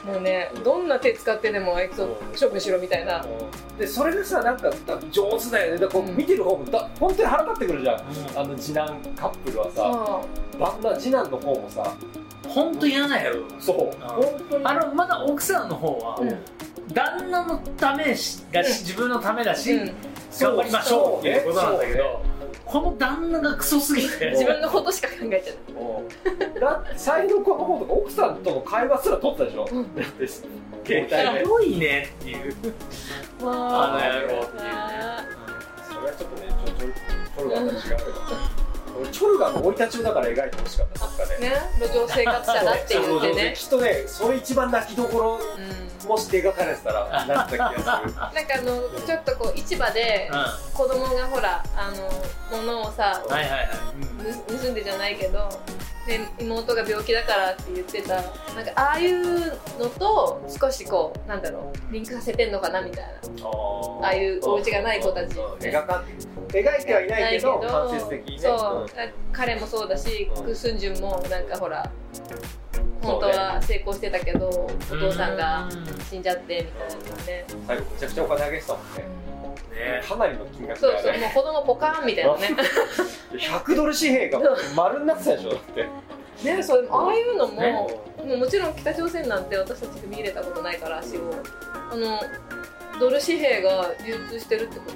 もうね、どんな手使ってでもあいつを処分しろみたいな。 でそれがさ、なんか上手だよね。だからこう見てる方もだ本当に腹立ってくるじゃん、あの次男カップルはさ、旦那次男の方もさ本当嫌だよ。 そう本当に、 あのまだ奥さんの方は旦那のためだし自分のためだし頑張りましょうっていうことなんだけど、この旦那がクソすぎて自分のことしか考えちゃう。だって最後この方とか奥さんとの会話すら取ったでしょ。だって携帯で。 ひどいねっていう。あの野郎っていうね。 それはちょっとね、ちょちょチョルガンと違うけど。俺チョルガンの生い立ちをだから描いてほしかった。どっかで。 ね、路上生活者だって言ってね。 きっとね、それ一番泣きどころ。もし描かれてたらなった気がする。なんかあのちょっとこう市場で子供がほらあの物をさ盗んでじゃないけど、で妹が病気だからって言ってた、なんかああいうのと少しこうなんだろうリンクさせてんのかなみたいな。ああいうお家がない子たち。 描か描いてはいないけど間接的にね。 そう彼もそうだし、クスンジュンもなんかほら。本当は成功してたけど、お父さんが死んじゃってみたいなね。 最後めちゃくちゃお金あげてたもんね。かなりの金額そうそう、もう子供ポカーンみたいなね。 ひゃくドル紙幣が丸になってたでしょだって。 ね、そうああいうのも、もうもちろん北朝鮮なんて私たち踏み入れたことないから足を、あのドル紙幣が流通してるってこと？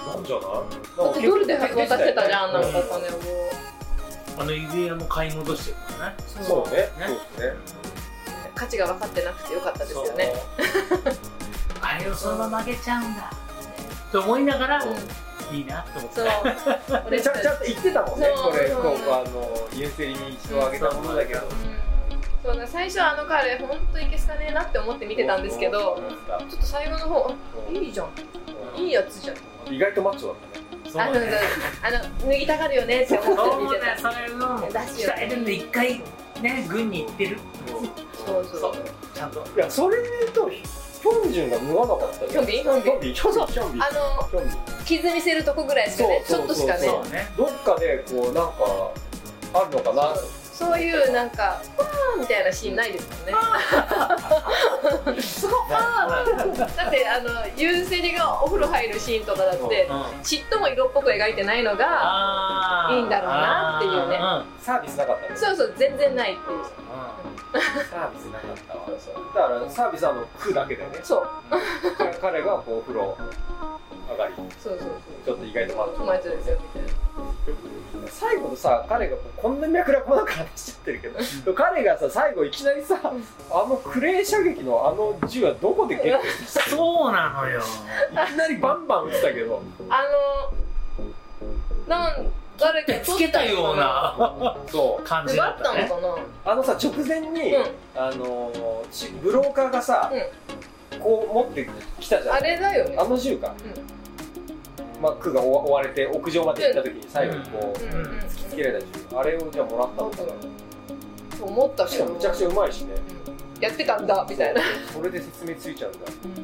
なんじゃない？ だってドルで渡してたじゃん、なんかお金を。 あの指輪も買い戻してるからね。 そうね。 価値が分かってなくてよかったですよね。 あれをそのまま曲げちゃうんだと思いながらいいなと思って。 そう。 ちゃんと言ってたもんね。これこうあのユンセリに一度あげたものだけど。 そうだ、最初あの彼本当いけすかねえなって思って見てたんですけど、ちょっと最後の方いいじゃん、いいやつじゃん。 意外とマッチョだったね。 あの、あの脱ぎたがるよねって思って見てた。 それの鍛えるんで一回ね軍に行ってる。 そうそう。 ちゃんと。いやそれで言うとヒョンジュンが脱がなかった。 ヒョンビンヒョンビン。 ヒョンビンヒョンビン。 あの傷見せるとこぐらいしかね、ちょっとしかね。 どっかでこうなんかあるのかな。 そういうなんかわーみたいなシーンないですもんね。だってあのユンセリがお風呂入るシーンとかだってちっとも色っぽく描いてないのがいいんだろうなっていうね。 サービスなかったね。 そうそう全然ないっていう。 サービスなかったわ。だからサービスはあの食うだけだよね。 そう。 彼がこうお風呂上がり。 そうそうそう。 ちょっと意外とマッチョ。 マッチョですよみたいな。 最後のさ、彼がこんな脈絡もなく話しちゃってるけど、彼がさ最後いきなりさ、あのクレー射撃のあの銃はどこでゲットした？ そうなのよ。 いきなりバンバン撃ってたけど、 あのなん誰かつけたようなそう感じだったね。 あのさ直前に、うん、あのブローカーがさ、うん、こう持ってきたじゃん。 あれだよね。 あの銃か。うんまあ、区が追われて屋上まで行った時に最後にこう突きつけられた銃、あれをじゃあもらったのかなと思ったけど、 しかもむちゃくちゃうまいしね、 やってたんだみたいな。 それで説明ついちゃうんだ。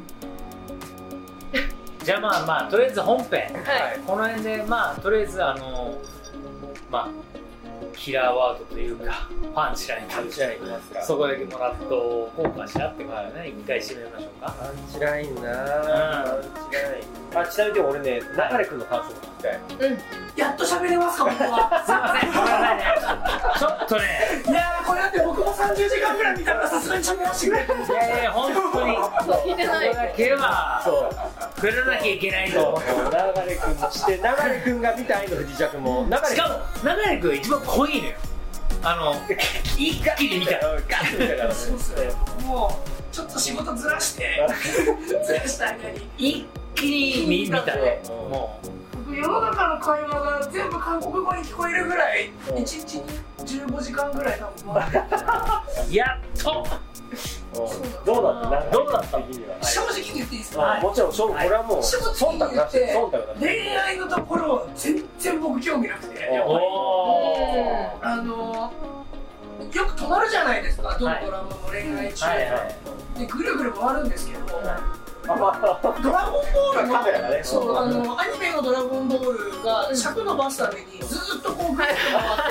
じゃあまあまあとりあえず本編、はい、この辺でまあとりあえずあのまあキラーワードというかパンチラインパンチラインいきますか。 そこだけもらっと効果し合ってからね一回締めましょうか。 パンチラインなぁ、パンチライン。あ、ちなみに俺ね、流れ君の感想を聞きたい。 うん。 やっと喋れますか僕は。すいません。ごめんなさいね。ちょっとね。いやーこれだって僕もさんじゅうじかんぐらい見たらさすがに喋らせてくれ。いやいや本当に。 そう聞いてない。 これだけはそうくれなきゃいけないと思う。 流れ君して流れ君が見た愛の不時着も。 しかも流れ君一番濃いのよ。あの一気に見た。 そうっすね。もうちょっと仕事ずらしてずらした間に一気に見たね。もう世の中の会話が全部韓国語に聞こえるぐらいいちにちにじゅうごじかんぐらい多分回っててやっとどうだったどうだった正直に言っていいですか？ もちろんこれはもう忖度なしで恋愛のところ全然僕興味なくて、やっぱりあのよく止まるじゃないですか、どのドラマも恋愛中でぐるぐる回るんですけど、ドラゴンボールのそうあのアニメのドラゴンボールが尺伸ばすためにずっとこうぐるぐる回って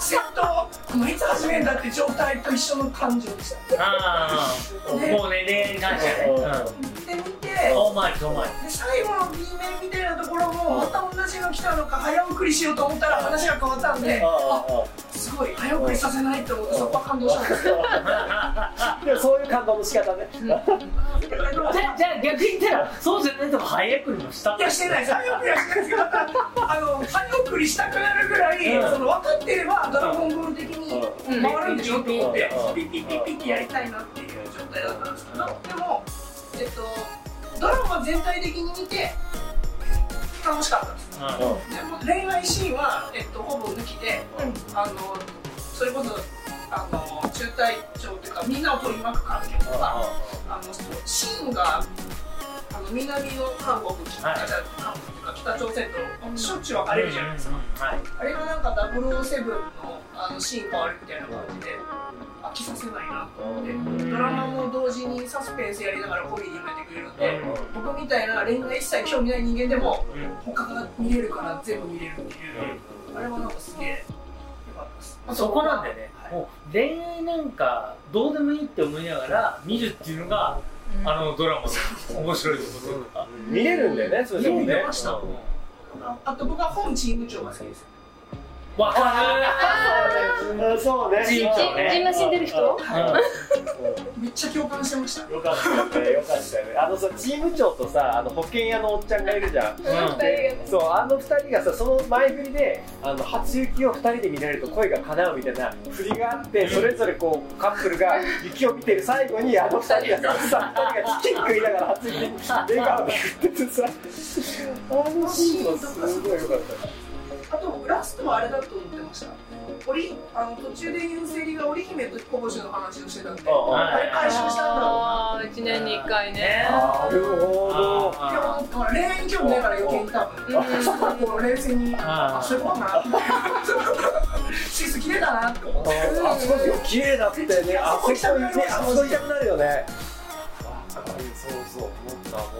戦闘このいつ始めんだって状態と一緒の感情でした。 ああ、もうね、恋愛に関してはね。 で見て、で最後の B 面みたいなところもまた同じの来たのか早送りしようと思ったら話が変わったんで、あ、すごい早送りさせないと思ってそこは感動したんですよ。 でもそういう感動の仕方ね。 じゃあじゃあ逆に言ったらそうじゃないとこ早送りもした。 いやしてないです。早送りはしてないですけど、あの早送りしたくなるぐらい、その分かってればドラゴンボール的に回るんでしょって思ってピッピッピッピッってやりたいなっていう状態だったんですけど、でもえっとドラマ全体的に見て楽しかったです。でも恋愛シーンはえっとほぼ抜きで、あのそれこそあの中隊長というかみんなを取り巻く関係とか、あのシーンがあの南の韓国、北北朝鮮としょっちゅう分かれるじゃないですか。あれがなんかダブルオーセブンのあのシーン変わるみたいな感じで飽きさせないなと思って、ドラマも同時にサスペンスやりながらコメディーもやってくれるんで、僕みたいな恋愛一切興味ない人間でも他が見れるから全部見れるっていう、あれはなんかすげえ良かったです。 そこなんだよね。もう恋愛なんかどうでもいいって思いながら見るっていうのがあのドラマの面白いところとか見れるんだよね。それでもね。 見れました。あと僕は本チーム長が好きです。 わかる。そうね。 ジンマシン出る人？ めっちゃ共感してました。 よかったね。よかったよね。あのさ、チーム長とさ、あの保険屋のおっちゃんがいるじゃん。そう、あの二人がさ、その前振りであの初雪を二人で見られると恋が叶うみたいな振りがあって、それぞれこうカップルが雪を見てる最後にあの二人がさ、二人がチキン食いながら初雪に笑顔で振っててさ、あのシーンがすごいよかった。 あとラストはあれだと思ってました。織あの途中でユンセリが織姫と彦星の話をしてたんで、あれ回収したんだろうな。 いちねんにいっかいね。 なるほど。 恋愛に興味ないから余計に多分、こう冷静にあそういうことかなって。シース綺麗だなって思って。 あそこ綺麗だってね。あそこ行きたくなるね。あそこ行きたくなるよね。そうそう思った思った。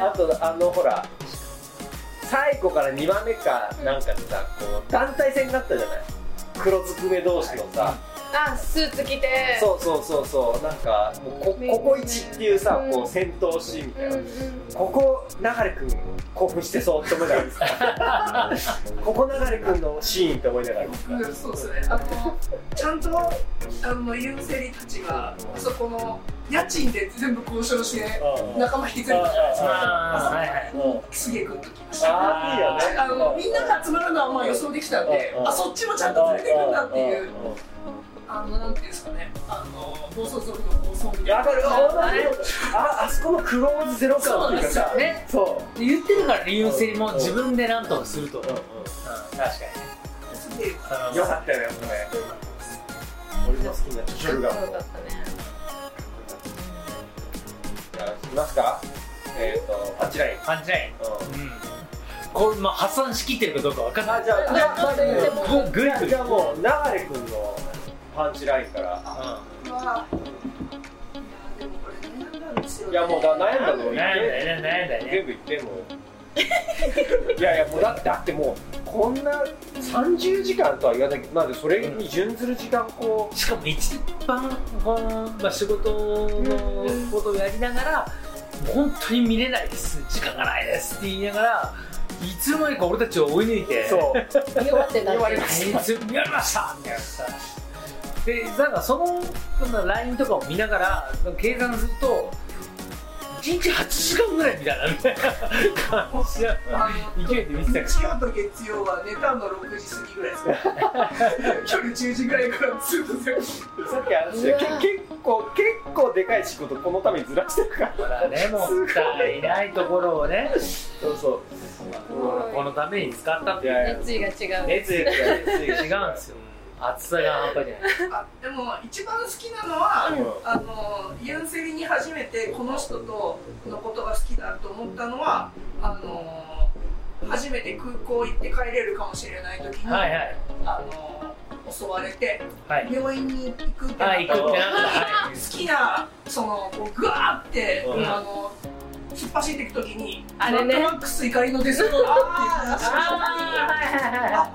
あとあのほら。最後からにばんめかなんかでさ、こう団体戦があったじゃない。黒ずくめ同士のさ、 あ、スーツ着て、 そうそうそうそう、なんかもうこここいちっていうさ、こう戦闘シーンみたいな、ここ流くん興奮してそうって思いながらここ流くんのシーンって思いながら僕そうですね、あのちゃんとあのユンセリたちがあそこの家賃で全部交渉して仲間引き連れたじゃないですか。すげえグッときました。 ああいいよね。 あのみんなが集まるのはまあ予想できたんで、あそっちもちゃんと連れていくんだっていう、あのなんていうんですかね、あの暴走族の暴走みたいな。 わかる。ああそこのクローズゼロ感っていうかさ、 ね、そう言ってるからユンセリも自分でなんとかすると。確かに。よかったよね、これ。俺の好きなチューガー。いますか？えっとパンチライン。 パンチライン。うん。これまあ発散しきってるかどうかわかんない。 じゃあじゃあグイグイ。じゃあもう流君のパンチラインから。いやもう悩んだの。悩んだ悩んだね。 全部言っても。いやいやもうだってだってもうこんなさんじゅうじかんとは言わないけど、なんでそれに準ずる時間こう、 しかも一番この、まあ、仕事のことをやりながら、本当に見れないです、時間がないですって言いながら、いつの間にか俺たちを追い抜いて、 そう見終わってたんで、 見られましたみたいなさ。で、なんかその ライン とかを見ながら計算するといちにちはちじかんぐらいみたいなみたいな感じで勢いで見てた日曜と月曜は寝たのろくじ過ぎぐらいですか夜じゅうじぐらいからずっと全部さっき話して結構結構でかい仕事このためにずらしてるからね、もったいないところをねそうそうこのために使ったっていう熱意が違う熱意が違うんですよ。厚さが半端じゃない。 あでも一番好きなのは、うん、あのユンセリに初めてこの人とのことが好きだと思ったのは、あの初めて空港行って帰れるかもしれない時に、はいはい、あの襲われて、はい、病院に行くってなったのが、はい、好きなそのこうグワーって、うん、あの突っ走っていく時にあれねマックス怒りのデスノートっていう話をした時に、あこの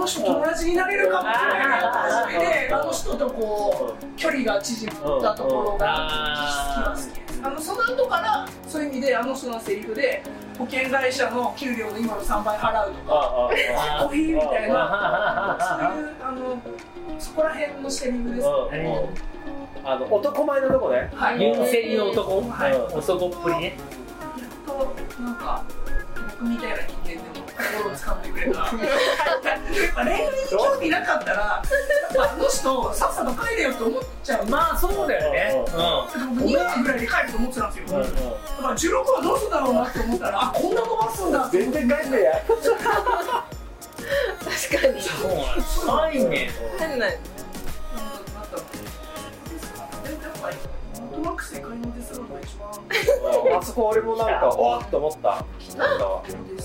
の人友達になれるかもみたいな感じで、あの人とこう距離が縮まったところが好きは好きです。あのその後からそういう意味であの人のセリフで保険会社の給料の今のさんばい払うとかコーヒーみたいな、そういうあのそこら辺のセリフですね。 あの男前のとこね、 ユンセリの男、男っぷりね。 やっとなんか僕みたいな人間でも心を掴んでくれた。恋愛に興味なかったら、あの人さっさと帰れよって思っちゃう。 まあそうだよね。 僕にわぐらいで帰ると思ってたんですよ。だからじゅうろくわどうするんだろうなって思ったら、あ、こんな伸ばすんだ。 全然帰んねえや。 確かに。 そうなん。ないね。 変な。 うまく世界のデスローが一番。 あそこ俺もなんかおっと思った。なんか。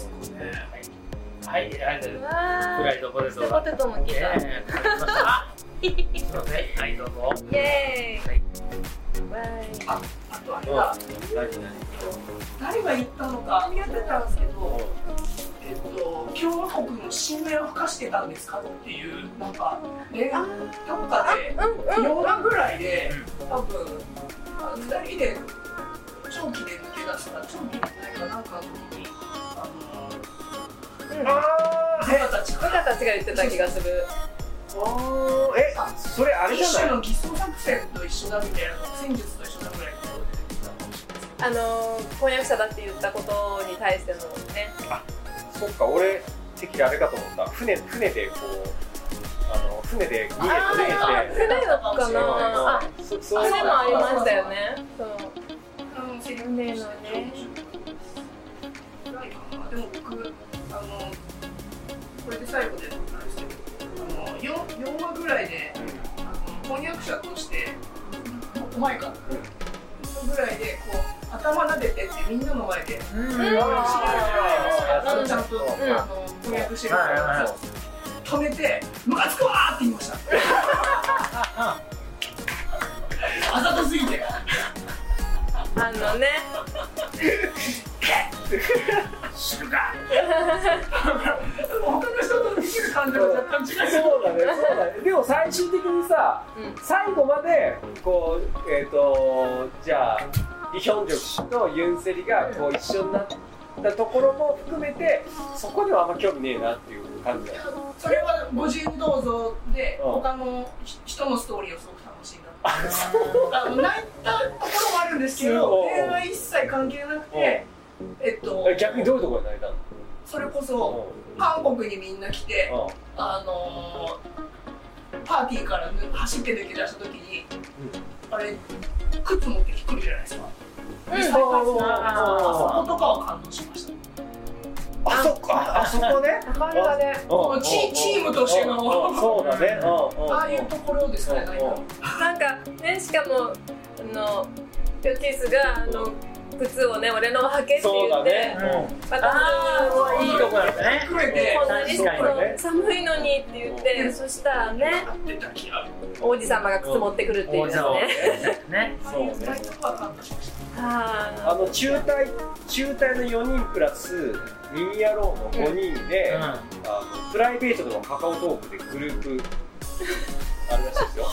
はい、ありがとうございます。フライドポテトが。ポテトも来た。 すみません、はい、どうぞ。 イエーイ。 あ、あとあれだ。誰が言ったのかやってたんですけど、えっと共和国の新名を吹かしてたんですかっていうなんかね、どっかでよんわぐらいで多分ふたりで長期で抜け出した長期じゃないかなんかの時にあのああ部下たち部下たちが言ってた気がする。 あえあそれあれじゃない？ 一種の偽装作戦と一緒だみたいな戦術と一緒だぐらいのところで出てたかもしれないですけど。 あの婚約者だって言ったことに対してのね。 あ、そっか俺てっきりあれかと思った。船船でこうあの船で逃げて逃げて。 船のかな。あ、それもありましたよね。そう。 あのセリフねのね。 でも僕あのこれで最後でなんですけど、あの 4, 4話ぐらいで、うん、あの翻訳者としてもっと前か、うん、ぐらいでこう頭撫でてってみんなの前で、うん、知られてないちゃんと、うん、あの翻訳してるから、うん、止めてムカつくわーって言いました。あざとすぎて。 あのね。 知るか。他の人とできる感じは若干違う。 そうだね、そうだね。でも最終的にさ、うん、最後までこうえっ、ー、とじゃあリヒョンジョク氏とユンセリがこう一緒になったところも含めて、そこにはあんま興味ねえなっていう感じだよ。 それはご自由にどうぞで、うん、他の人のストーリーをすごく楽しいな。あの泣いたところもあるんですけど、恋愛一切関係なくて、えっと逆にどういうところで泣いたの？ それこそ韓国にみんな来て、あのパーティーから走って抜け出した時に、あれ靴持ってくるじゃないですか。あそことかは感動しました。 あそこあそこね。 あれはね、 チチームとしてのそうだね。 ああいうところですね。 なんかね、しかもあのヨティスがあの靴をね、俺の履けって言って、私のいいとこだったね。 こんなに寒いのにって言って、そしたらね、王子様が靴持ってくるっていうですね。ね、 そうね。あの中隊中隊のよにんプラスミニ野郎のごにんで、あのプライベートのカカオトークでグループあるらしいですよ。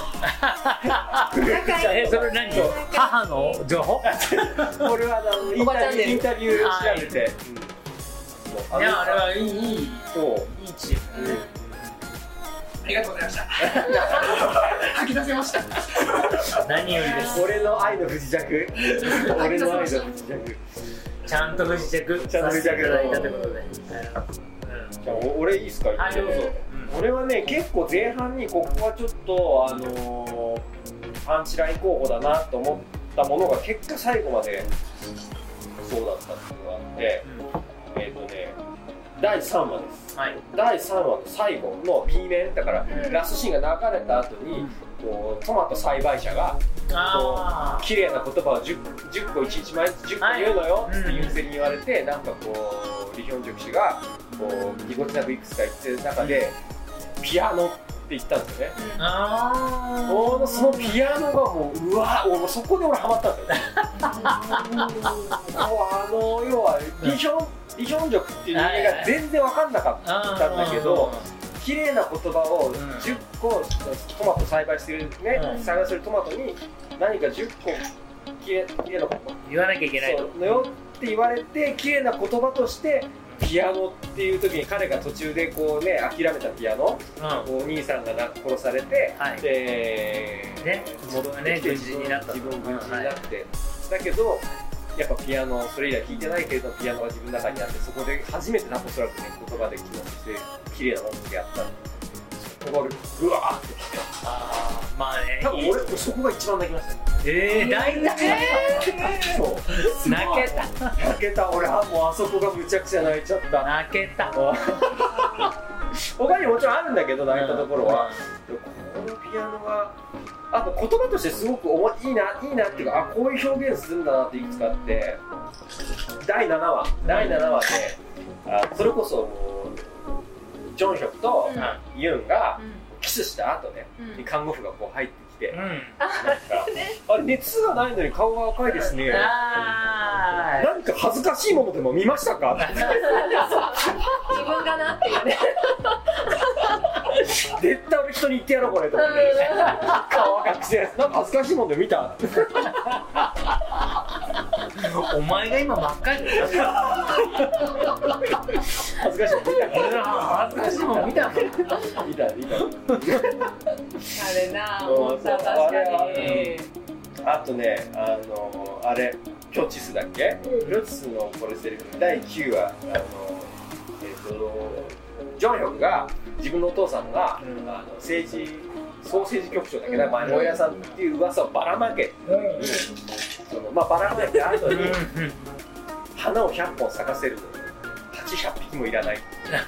え、それ何？母の情報？これはあのインタビュー調べて。 いや、あれはいいいいそういいチーム。 ありがとうございました。吐き出せました。 何よりです。 俺の愛の不時着。俺の愛の不時着。 ちゃんと不時着。 ちゃんと不時着だったってことで。 じゃあ俺いいですか？ はい、どうぞ。 俺はね、結構前半にここはちょっとあのー、パンチライン候補だなと思ったものが結果最後までそうだったっていうのがあって、うん、えっ、ー、とねだいさんわです、はい、だいさんわの最後の B 面だから、うん、ラストシーンが流れた後に、うん、こうトマト栽培者がこう綺麗な言葉を 10, じゅっこいちいち毎日じゅっこ言うのよってユンセリに言われて、うん、なんかこうリヒョンジョク氏がこうぎこちなくいくつか言ってる中で、うん、ピアノって言ったんですよね。あー、そのピアノがもううわもうそこで俺ハマったんですよね。もうあの要はリヒョンリヒョンジョクっていう意味が全然分かんなかったんだけど、 綺麗な言葉をじゅっこトマト栽培してるね、うん、栽培するトマトに何かじゅっこ綺麗な言葉言わなきゃいけないとのよって言われて綺麗な言葉としてピアノっていう時に彼が途中でこうね諦めたピアノ、うん、お兄さんが殺されて、はい、で、ね、戻ってきて自分になった自分軍人になって、はい、だけどやっぱピアノそれ以来弾いてないけれどピアノが自分の中にあってそこで初めておそらくね言葉で気持ちして綺麗な音楽やったそこがぐわーってきてあーまあね多分俺そこが一番泣きましたねえー、泣いたそう泣けた泣けた俺はもうあそこがむちゃくちゃ泣いちゃった泣けた他にもちろんあるんだけど泣いたところは、うん、このピアノがあと言葉としてすごくおもいいないいなっていうかあこういう表現するんだなっていくつかあってだいななわだいななわであそれこそもうジョンヒョクとユンがキスした後ね、うん、看護婦がこう入ってきて、うん、なんかあれ熱がないのに顔が赤いですね何か恥ずかしいものでも見ましたか自分がなっていうね絶対俺人に言ってやろうこれと思って顔赤くしてなんか恥ずかしいもんで見たお前が今真っ赤に恥ずかしいもん見た恥ずかしいもん見た見た見たあれな思った確かにあとねあのあれキョチスだっけ、うん、キョチスのこれセリフだいきゅうわあのえっ、ー、とジョンヒョクが自分のお父さんが、うん、あの政治総政治局長だけど、うん、前の大家さんっていう噂をばらまけ、うん、そのまあばらまけた後に花をひゃっぽん咲かせるのに蜂ひゃっぴきもいらない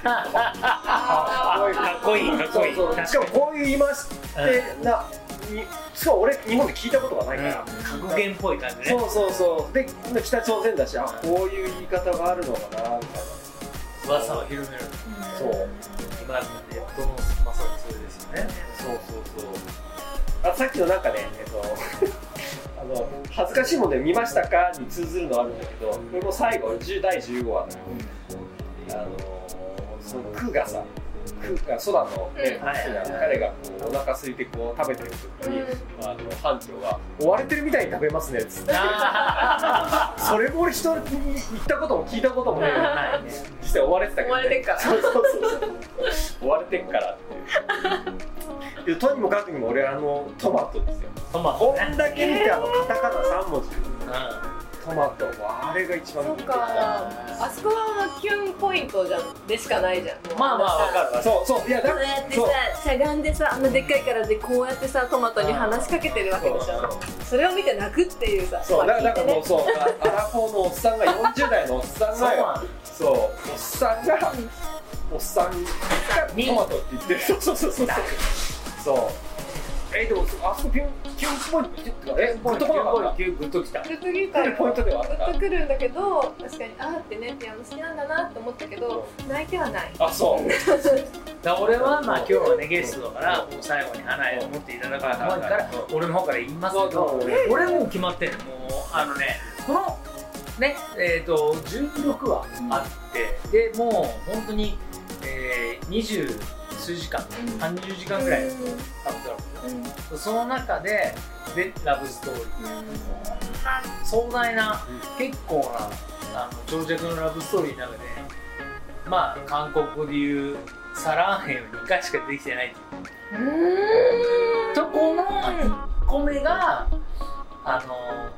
かっこいいかっこいいそうそうしかもこういう言い回しってな、うん、しかも俺日本で聞いたことがないから、 うん、格言っぽい感じねそうそうそうで北朝鮮だしあこういう言い方があるのかなみたいな噂を広める、 そう、 今やっとのまさにそれですよね。 そうそうそう。あさっきのなんかね、えっとあの恥ずかしいもので見ましたかに通ずるのあるんだけど、これも最後だいじゅうごわの、うん、あのそのクがさ、クがソダのね、うん、彼がこうお腹空いてこう食べてる時に、うん、あの班長が追われてるみたいに食べますねっつって。それも俺人に言ったことも聞いたこともないよね。実際追われてたけど、ね。 追われてっから。 そうそうそう。追われてっからっていう。とにもかくにも俺あのトマトですよ。 トマト、 ね。こんだけ見てあのカタカナさんもじ。うんトマトあれが一番グッときた。あそこはキュンポイントじゃんでしかないじゃん。 まあまあわかるわ。 そうそういやだこうやってさしゃがんでさあんなでっかいからでこうやってさトマトに話しかけてるわけでしょ。それを見て泣くっていうさ。 そうだからもうそうアラフォーのおっさんがよんじゅうだいのおっさんがそうおっさんがおっさんがトマトって言ってる。そうそうそうそうそう。えでもあそこピュンキュンポイントえグッとこなかったグッときたグッときたよポイントではあったグッとくるんだけど確かにあーってねピアノ好きなんだなって思ったけど泣いてはないあそうだ俺はまあ今日はねゲストだからもう最後に花へ持っていただくと思うから俺の方から言いますけど俺もう決まってるもうあのねこのねえっとじゅうろくわあってでもう本当にえ二十数時間、さんじゅうじかんぐらいあったわけですよ、うん、その中ででラブストーリー、うん、こんな壮大な、うん、結構なあの長尺のラブストーリーの中でまあ韓国語で言うサランヘンをにかいしかできてないっていうとこのいっこめがあの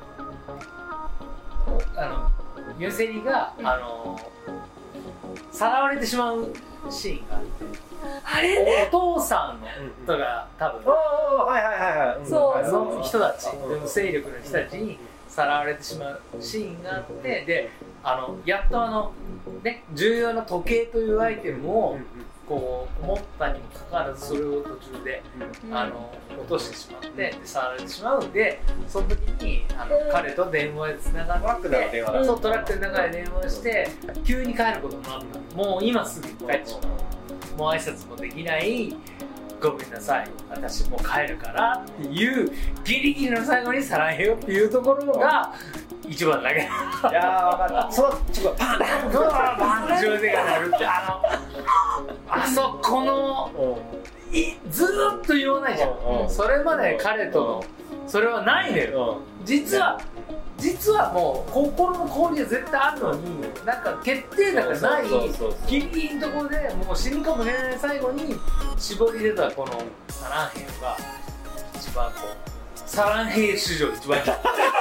あのユンセリが、うん、あのさらわれてしまうシーンがあってあれね、 お父さんの人が多分、 はいはいはいはい、 そうその人たち、勢力の人たちにさらわれてしまうシーンがあって、で、あのやっとあのね重要な時計というアイテムをこう持ったにもかかわらずそれを途中であの落としてしまってでさらわれてしまうんで、その時にあの彼と電話でつながって、そうトラックの中で電話して急に帰ることになった。もう今すぐ帰ってしまう。もう挨拶もできないごめんなさい私もう帰るからっていうギリギリの最後にさらへよっていうところが一番だけいやー分かったそのちょっとパンパンパンって上手がなるってあのあそこのいずーっと言わないじゃん、うん、それまで彼とのそれはないのよ、うん、実は実はもう心の交流は絶対あるのに、なんか決定打がないギリギリのところでもう死ぬかもしれない最後に絞り出たこのサランヘヨが一番こうサランヘヨ史上一番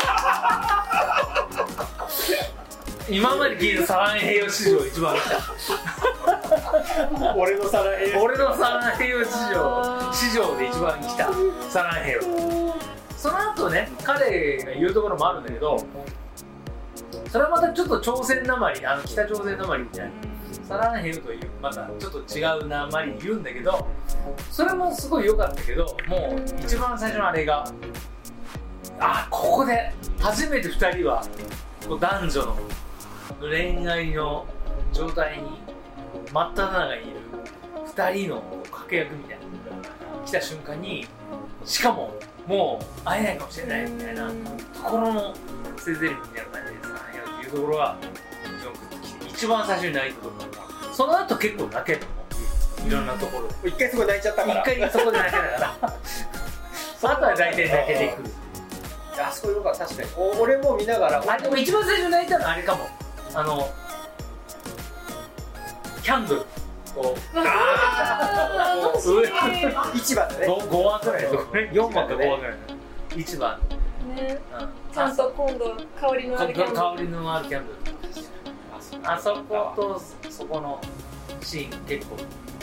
今まで聞いたサランヘヨ史上一番来た俺のサランヘヨ俺のサランヘヨ史上史上で一番来たサランヘヨ。その後ね、彼が言うところもあるんだけど、それはまたちょっと朝鮮なまり、あの北朝鮮なまりみたいなサランヘヨというまたちょっと違うなまり言うんだけど、それもすごい良かったけど、もう一番最初のあれがあ、ここで初めてふたりはこう男女の恋愛の状態に真っ只中にいるふたりの掛け役みたいなのが来た瞬間に、しかももう会えないかもしれないみたいなところの捨て台詞みたいな感じでさ、っていうところが一番最初に泣いたところ。その後結構泣けるの、いろんなところで。 一回そこで泣いちゃったから。 一回そこで泣けたから。その後は大体泣けてくる。 あそこよかった、確かに。俺も見ながら。 あ、でも一番最初に泣いたのはあれかも。あのキャンドル。こうあ市場でね、ごわんくらい、よんわんかごわんくらい市場ね、ちゃんと今度香りのあるキャンドル、 香りのあるキャンドル、あそことそこのシーン結構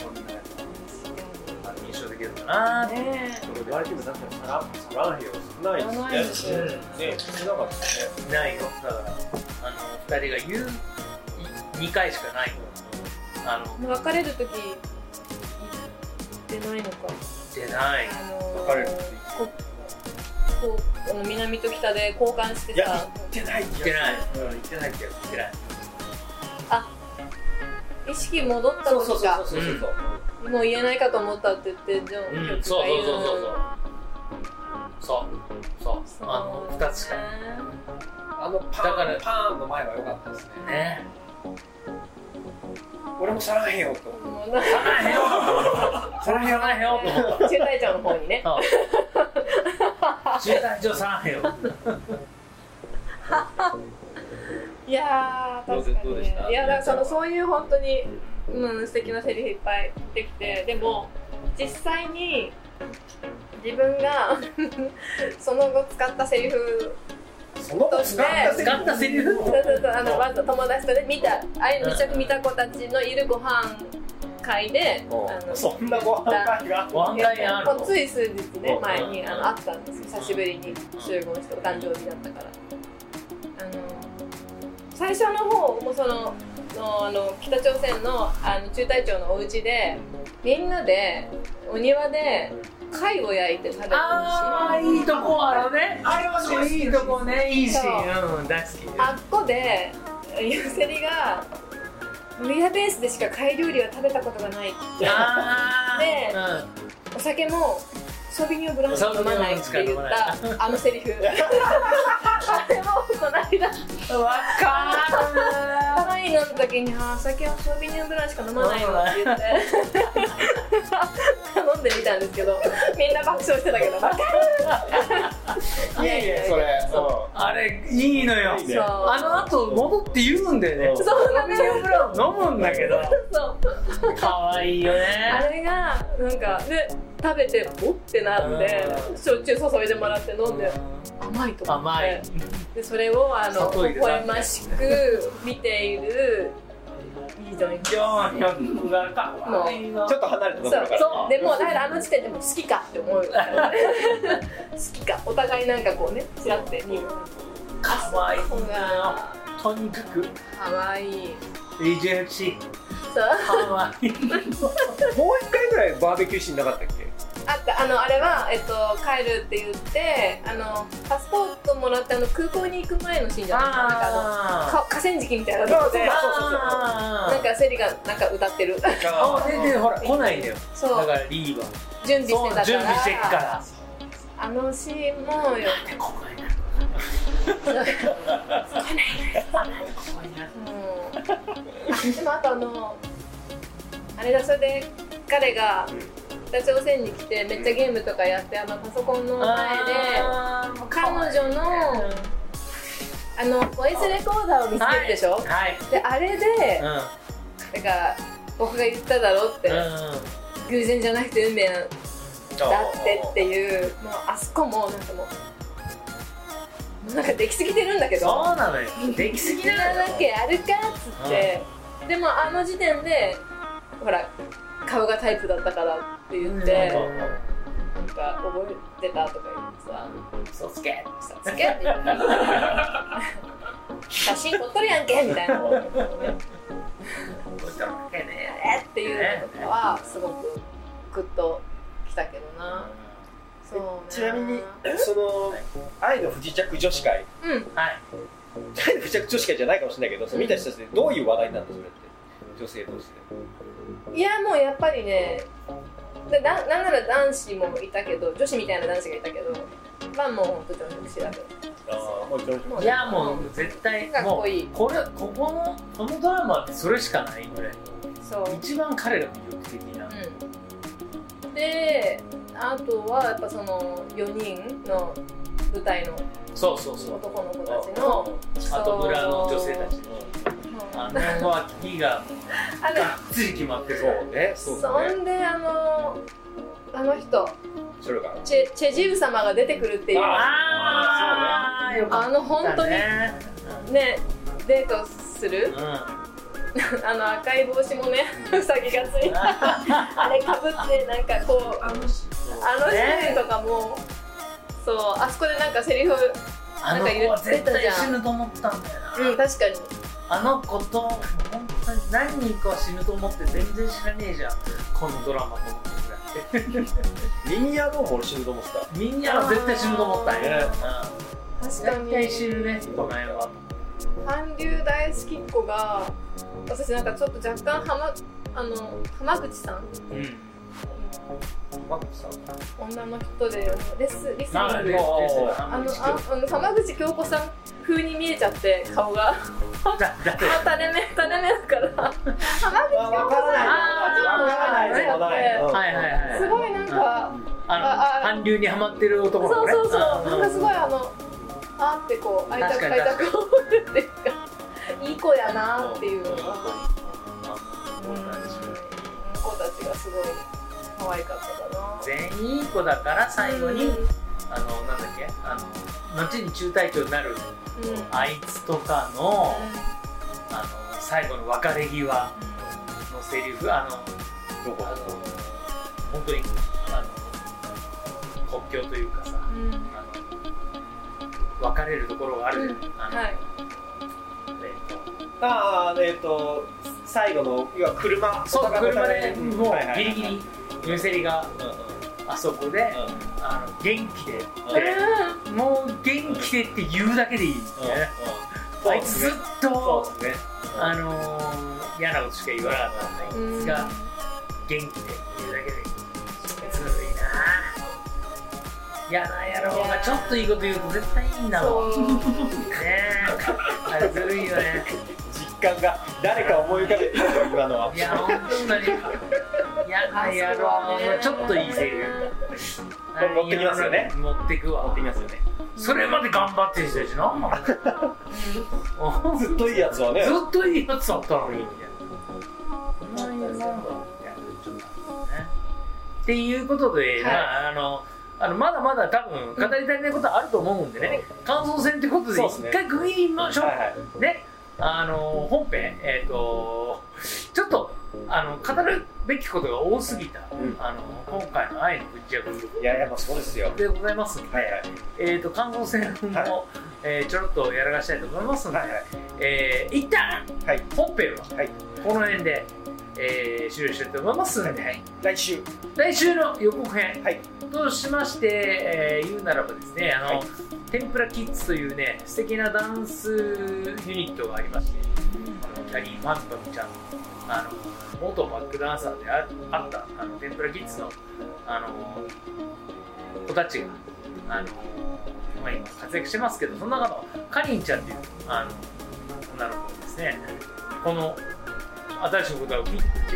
印象的だったな。 言われてもなんかサランヘヨ少ないですね。ね、少なかったですね。 ないよ。だからあのふたりが言うにかいしかないの。あの別れる時言ってないのか。 言ってない。 あの別れる時ここうあの南と北で交換してさ。 いや言ってない言ってない。うん言ってないって言ってない。 あ、意識戻った時か。 そうそうそうそうそう。もう言えないかと思ったって言ってジョンうんそうそうそうそうそうそうあのふたつしか。 あのパーンパーンの前は良かったですね。 ね。 俺もサランヘヨとサランヘヨサランヘヨサランヘヨと思った。 中隊長の方にね。 中隊長サランヘヨ。 いやー確かにね。いやだからそのそういう本当にうん素敵なセリフいっぱいできて、でも実際に自分がその後使ったセリフその後使ったセリフそうそうそう、あのまず友達とね見たあれ密着見た子たちのいるご飯会で、あのそんなご飯会がご飯会があるの。 つい数日ね前にあの会ったんですよ。久しぶりに集合してお誕生日だったから。あの最初の方もそののあの北朝鮮のあの中隊長のお家でみんなでお庭で貝を焼いて食べてるし、 ああいいとこあのね、 あれはすごいいいとこね、いいシーン、うん、大好き。 あっこでゆせりがブイヤベースでしか貝料理は食べたことがないってあで、 うん、 お酒もソービニョンブランコ飲まないって言ったあのセリフあれもこの間わかーワイン飲んだ時にあ酒はソービニョンブランしか飲まないのって言って飲んでみたんですけどみんな爆笑してたけどわかるいやいやそれあれいいのよ。 そうあの後戻って言うんだよね。 そうだね、 ソービニョンブラン飲むんだけどそう可愛いよね。 あれがなんかで食べておってなって焼酎注いでもらって飲んで甘いと思って甘いでそれをあの微笑ましく見ているいいじゃんいいジョンヒョンがかわいいの。 ちょっと離れたところからそうでもだからあの時点でも好きかって思う好きかお互いなんかこうねちらって見るかわいいのよとにかくかわいいエージェーエフシーそうかわいいもう一回ぐらいバーベキューシーンなかったっけ。 あったあのあれは、えっと、帰るって言ってあのパスポートもらってあの空港に行く前のシーンじゃないですか。なんかあのか河川敷みたいなとこでなんかセリがなんか歌ってるあででほら来ないんだよ。 そうだからリーは準備してたから準備してっからあのシーンもよでここになる来ないでもあとあのあれだ、それで彼が北朝鮮に来てめっちゃゲームとかやって、あのパソコンの前で彼女のあのボイスレコーダーを見つけるでしょ、はいはい、であれで、うん、だから僕が言っただろって、うん、偶然じゃなくて運命だってっていう、もうあそこもなんかもうなんかできすぎてるんだけど、 そうなのよ、できすぎなだけあるかっつって、うん、でもあの時点でほら顔がタイプだったからって言って、うん、なんか覚えてたとか言ってさ、嘘つけ嘘つけって言って写真撮っとるやんけみたいな撮っとるわけねっていうのとかはすごくグッときたけどな。そうね、 ちなみにその愛の不時着女子会、うん、はい、愛の不時着女子会じゃないかもしれないけど、その見た人たちでどういう話題になるのそれって、女性同士で。いやもうやっぱりね、でななんなら男子もいたけど、女子みたいな男子がいたけど、まあもう本当女子調べ。 ああ、もう女子。 いやもう絶対かっこいい。 これここのこのドラマってそれしかないぐらい。そう。一番彼が魅力的な。 うん、で、あとはやっぱそのよにんの舞台のそうそうそう男の子たちの、 あと村の女性たちの。あの脇ががっつり決まってそうね。 そんであのあの人チェチェジウ様が出てくるっていう、ああの本当にねデートする、あの赤い帽子もねウサギがついたあれかぶってなんかこうあのシーンとかもそう、あそこでなんかセリフなんか言ってたじゃん。 死ぬと思ったんだよな。 うん、確かに。 あの子と本当に何人かは死ぬと思って全然知らねえじゃん、このドラマと思ってぐらい。 ミニアローも俺死ぬと思ってた。 ミニアロー絶対死ぬと思ったんや。 確かに。 絶対死ぬね、この辺は。 韓流大好きっ子が、私なんかちょっと若干はまあの浜口さん。うん。 浜口さん。 女の人でレスリスニング。あのああの浜口京子さん風に見えちゃって顔が。垂れ目垂れ目だから浜口京子さんがすごいなんか韓流にハマってる男の子ね。そうそうそう、なんかすごいあのあってこう愛着愛着を覚えるっていうかいい子やなっていうのが、子たちがすごい可愛かったかな。 全員いい子だから最後にあのなんだっけ、あの後に中隊長になるあいつとかのあの最後の別れ際のセリフ、あの本当にあの国境というかさ、別れるところがあるじゃない。 ああ、えっと最後の要は車、 そう車でもうギリギリムセリがあそこであの元気でもう元気でって言うだけでいいね。あいつずっとあの嫌なことしか言わなかったんだけど、あいつが元気で言うだけでずるいな。嫌な野郎がちょっといいこと言うと絶対いいんだもんね。あれずるいよね。 実感が誰か思い浮かべてるよ今のは。 いや本当に嫌な野郎のちょっといいセリフ持ってきますよね。 持ってくわ。持ってきますよね。それまで頑張ってる人たちな。 ずっといいやつはね。 ずっといいやつだったのに。っていうことで、まああの。あのまだまだ多分語り足りないことあると思うんでね、感想戦ってことで一回区切りましょう。で、あの本編、えっとちょっとあの語るべきことが多すぎた、あの今回の愛の不時着、 いやいやまあそうですよでございますので、えっと感想戦もちょろっとやらかしたいと思いますので、え一旦本編はこの辺で終了したいと思いますので、来週来週の予告編としまして、えー、言うならばですね、あの、はい、天ぷらキッズというね素敵なダンスユニットがありまして、あのキャリーマントミちゃん、あの元バックダンサーで あ, あったあの天ぷらキッズのあの子たちがあの、まあ、今活躍してますけど、その中のかりんちゃんっていうあの女の子ですね、この新しいことを聞いてくれて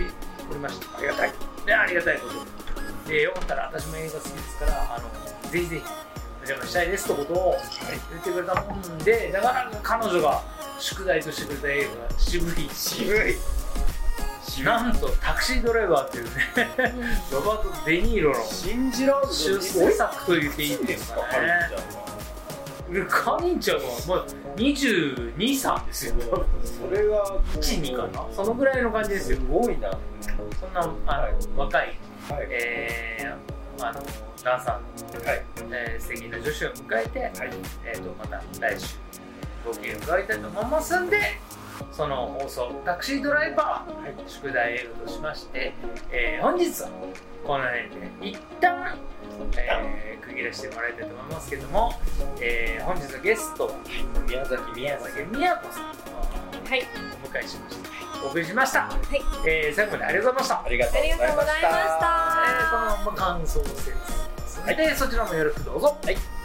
送りました。 ありがたい。 で、ありがたいことで、よかったら私も映画好きですから、あのぜひぜひお邪魔したいですとことを言ってくれたもんで、だから彼女が宿題としてくれた映画が渋い渋いなんとタクシードライバーっていうねロバート・デ・ニーロの信じらん出世作と言っていいっていうかね。カニンちゃんはもうにじゅうに、さんですよ。 それがいち、にかな、そのぐらいの感じですよ。 すごいな。 そんなあの、はい、若い、はい、えー、あのダンサーの、はい、えー、素敵な女子を迎えて、はい、えーとまた来週ご機嫌伺いたいと思いますんで、その放送タクシードライバー、はい、宿題映画としまして、えー、本日はこの辺で一旦、えー、区切らせてもらいたいと思いますけども、えー、本日のゲストは宮崎宮崎宮子さんを、はい、お迎えしました。お送りしました。はい、えー、最後までありがとうございました。 ありがとうございました。 えー、このまま感想戦です。 はい、でそちらもよろしくどうぞ。はい。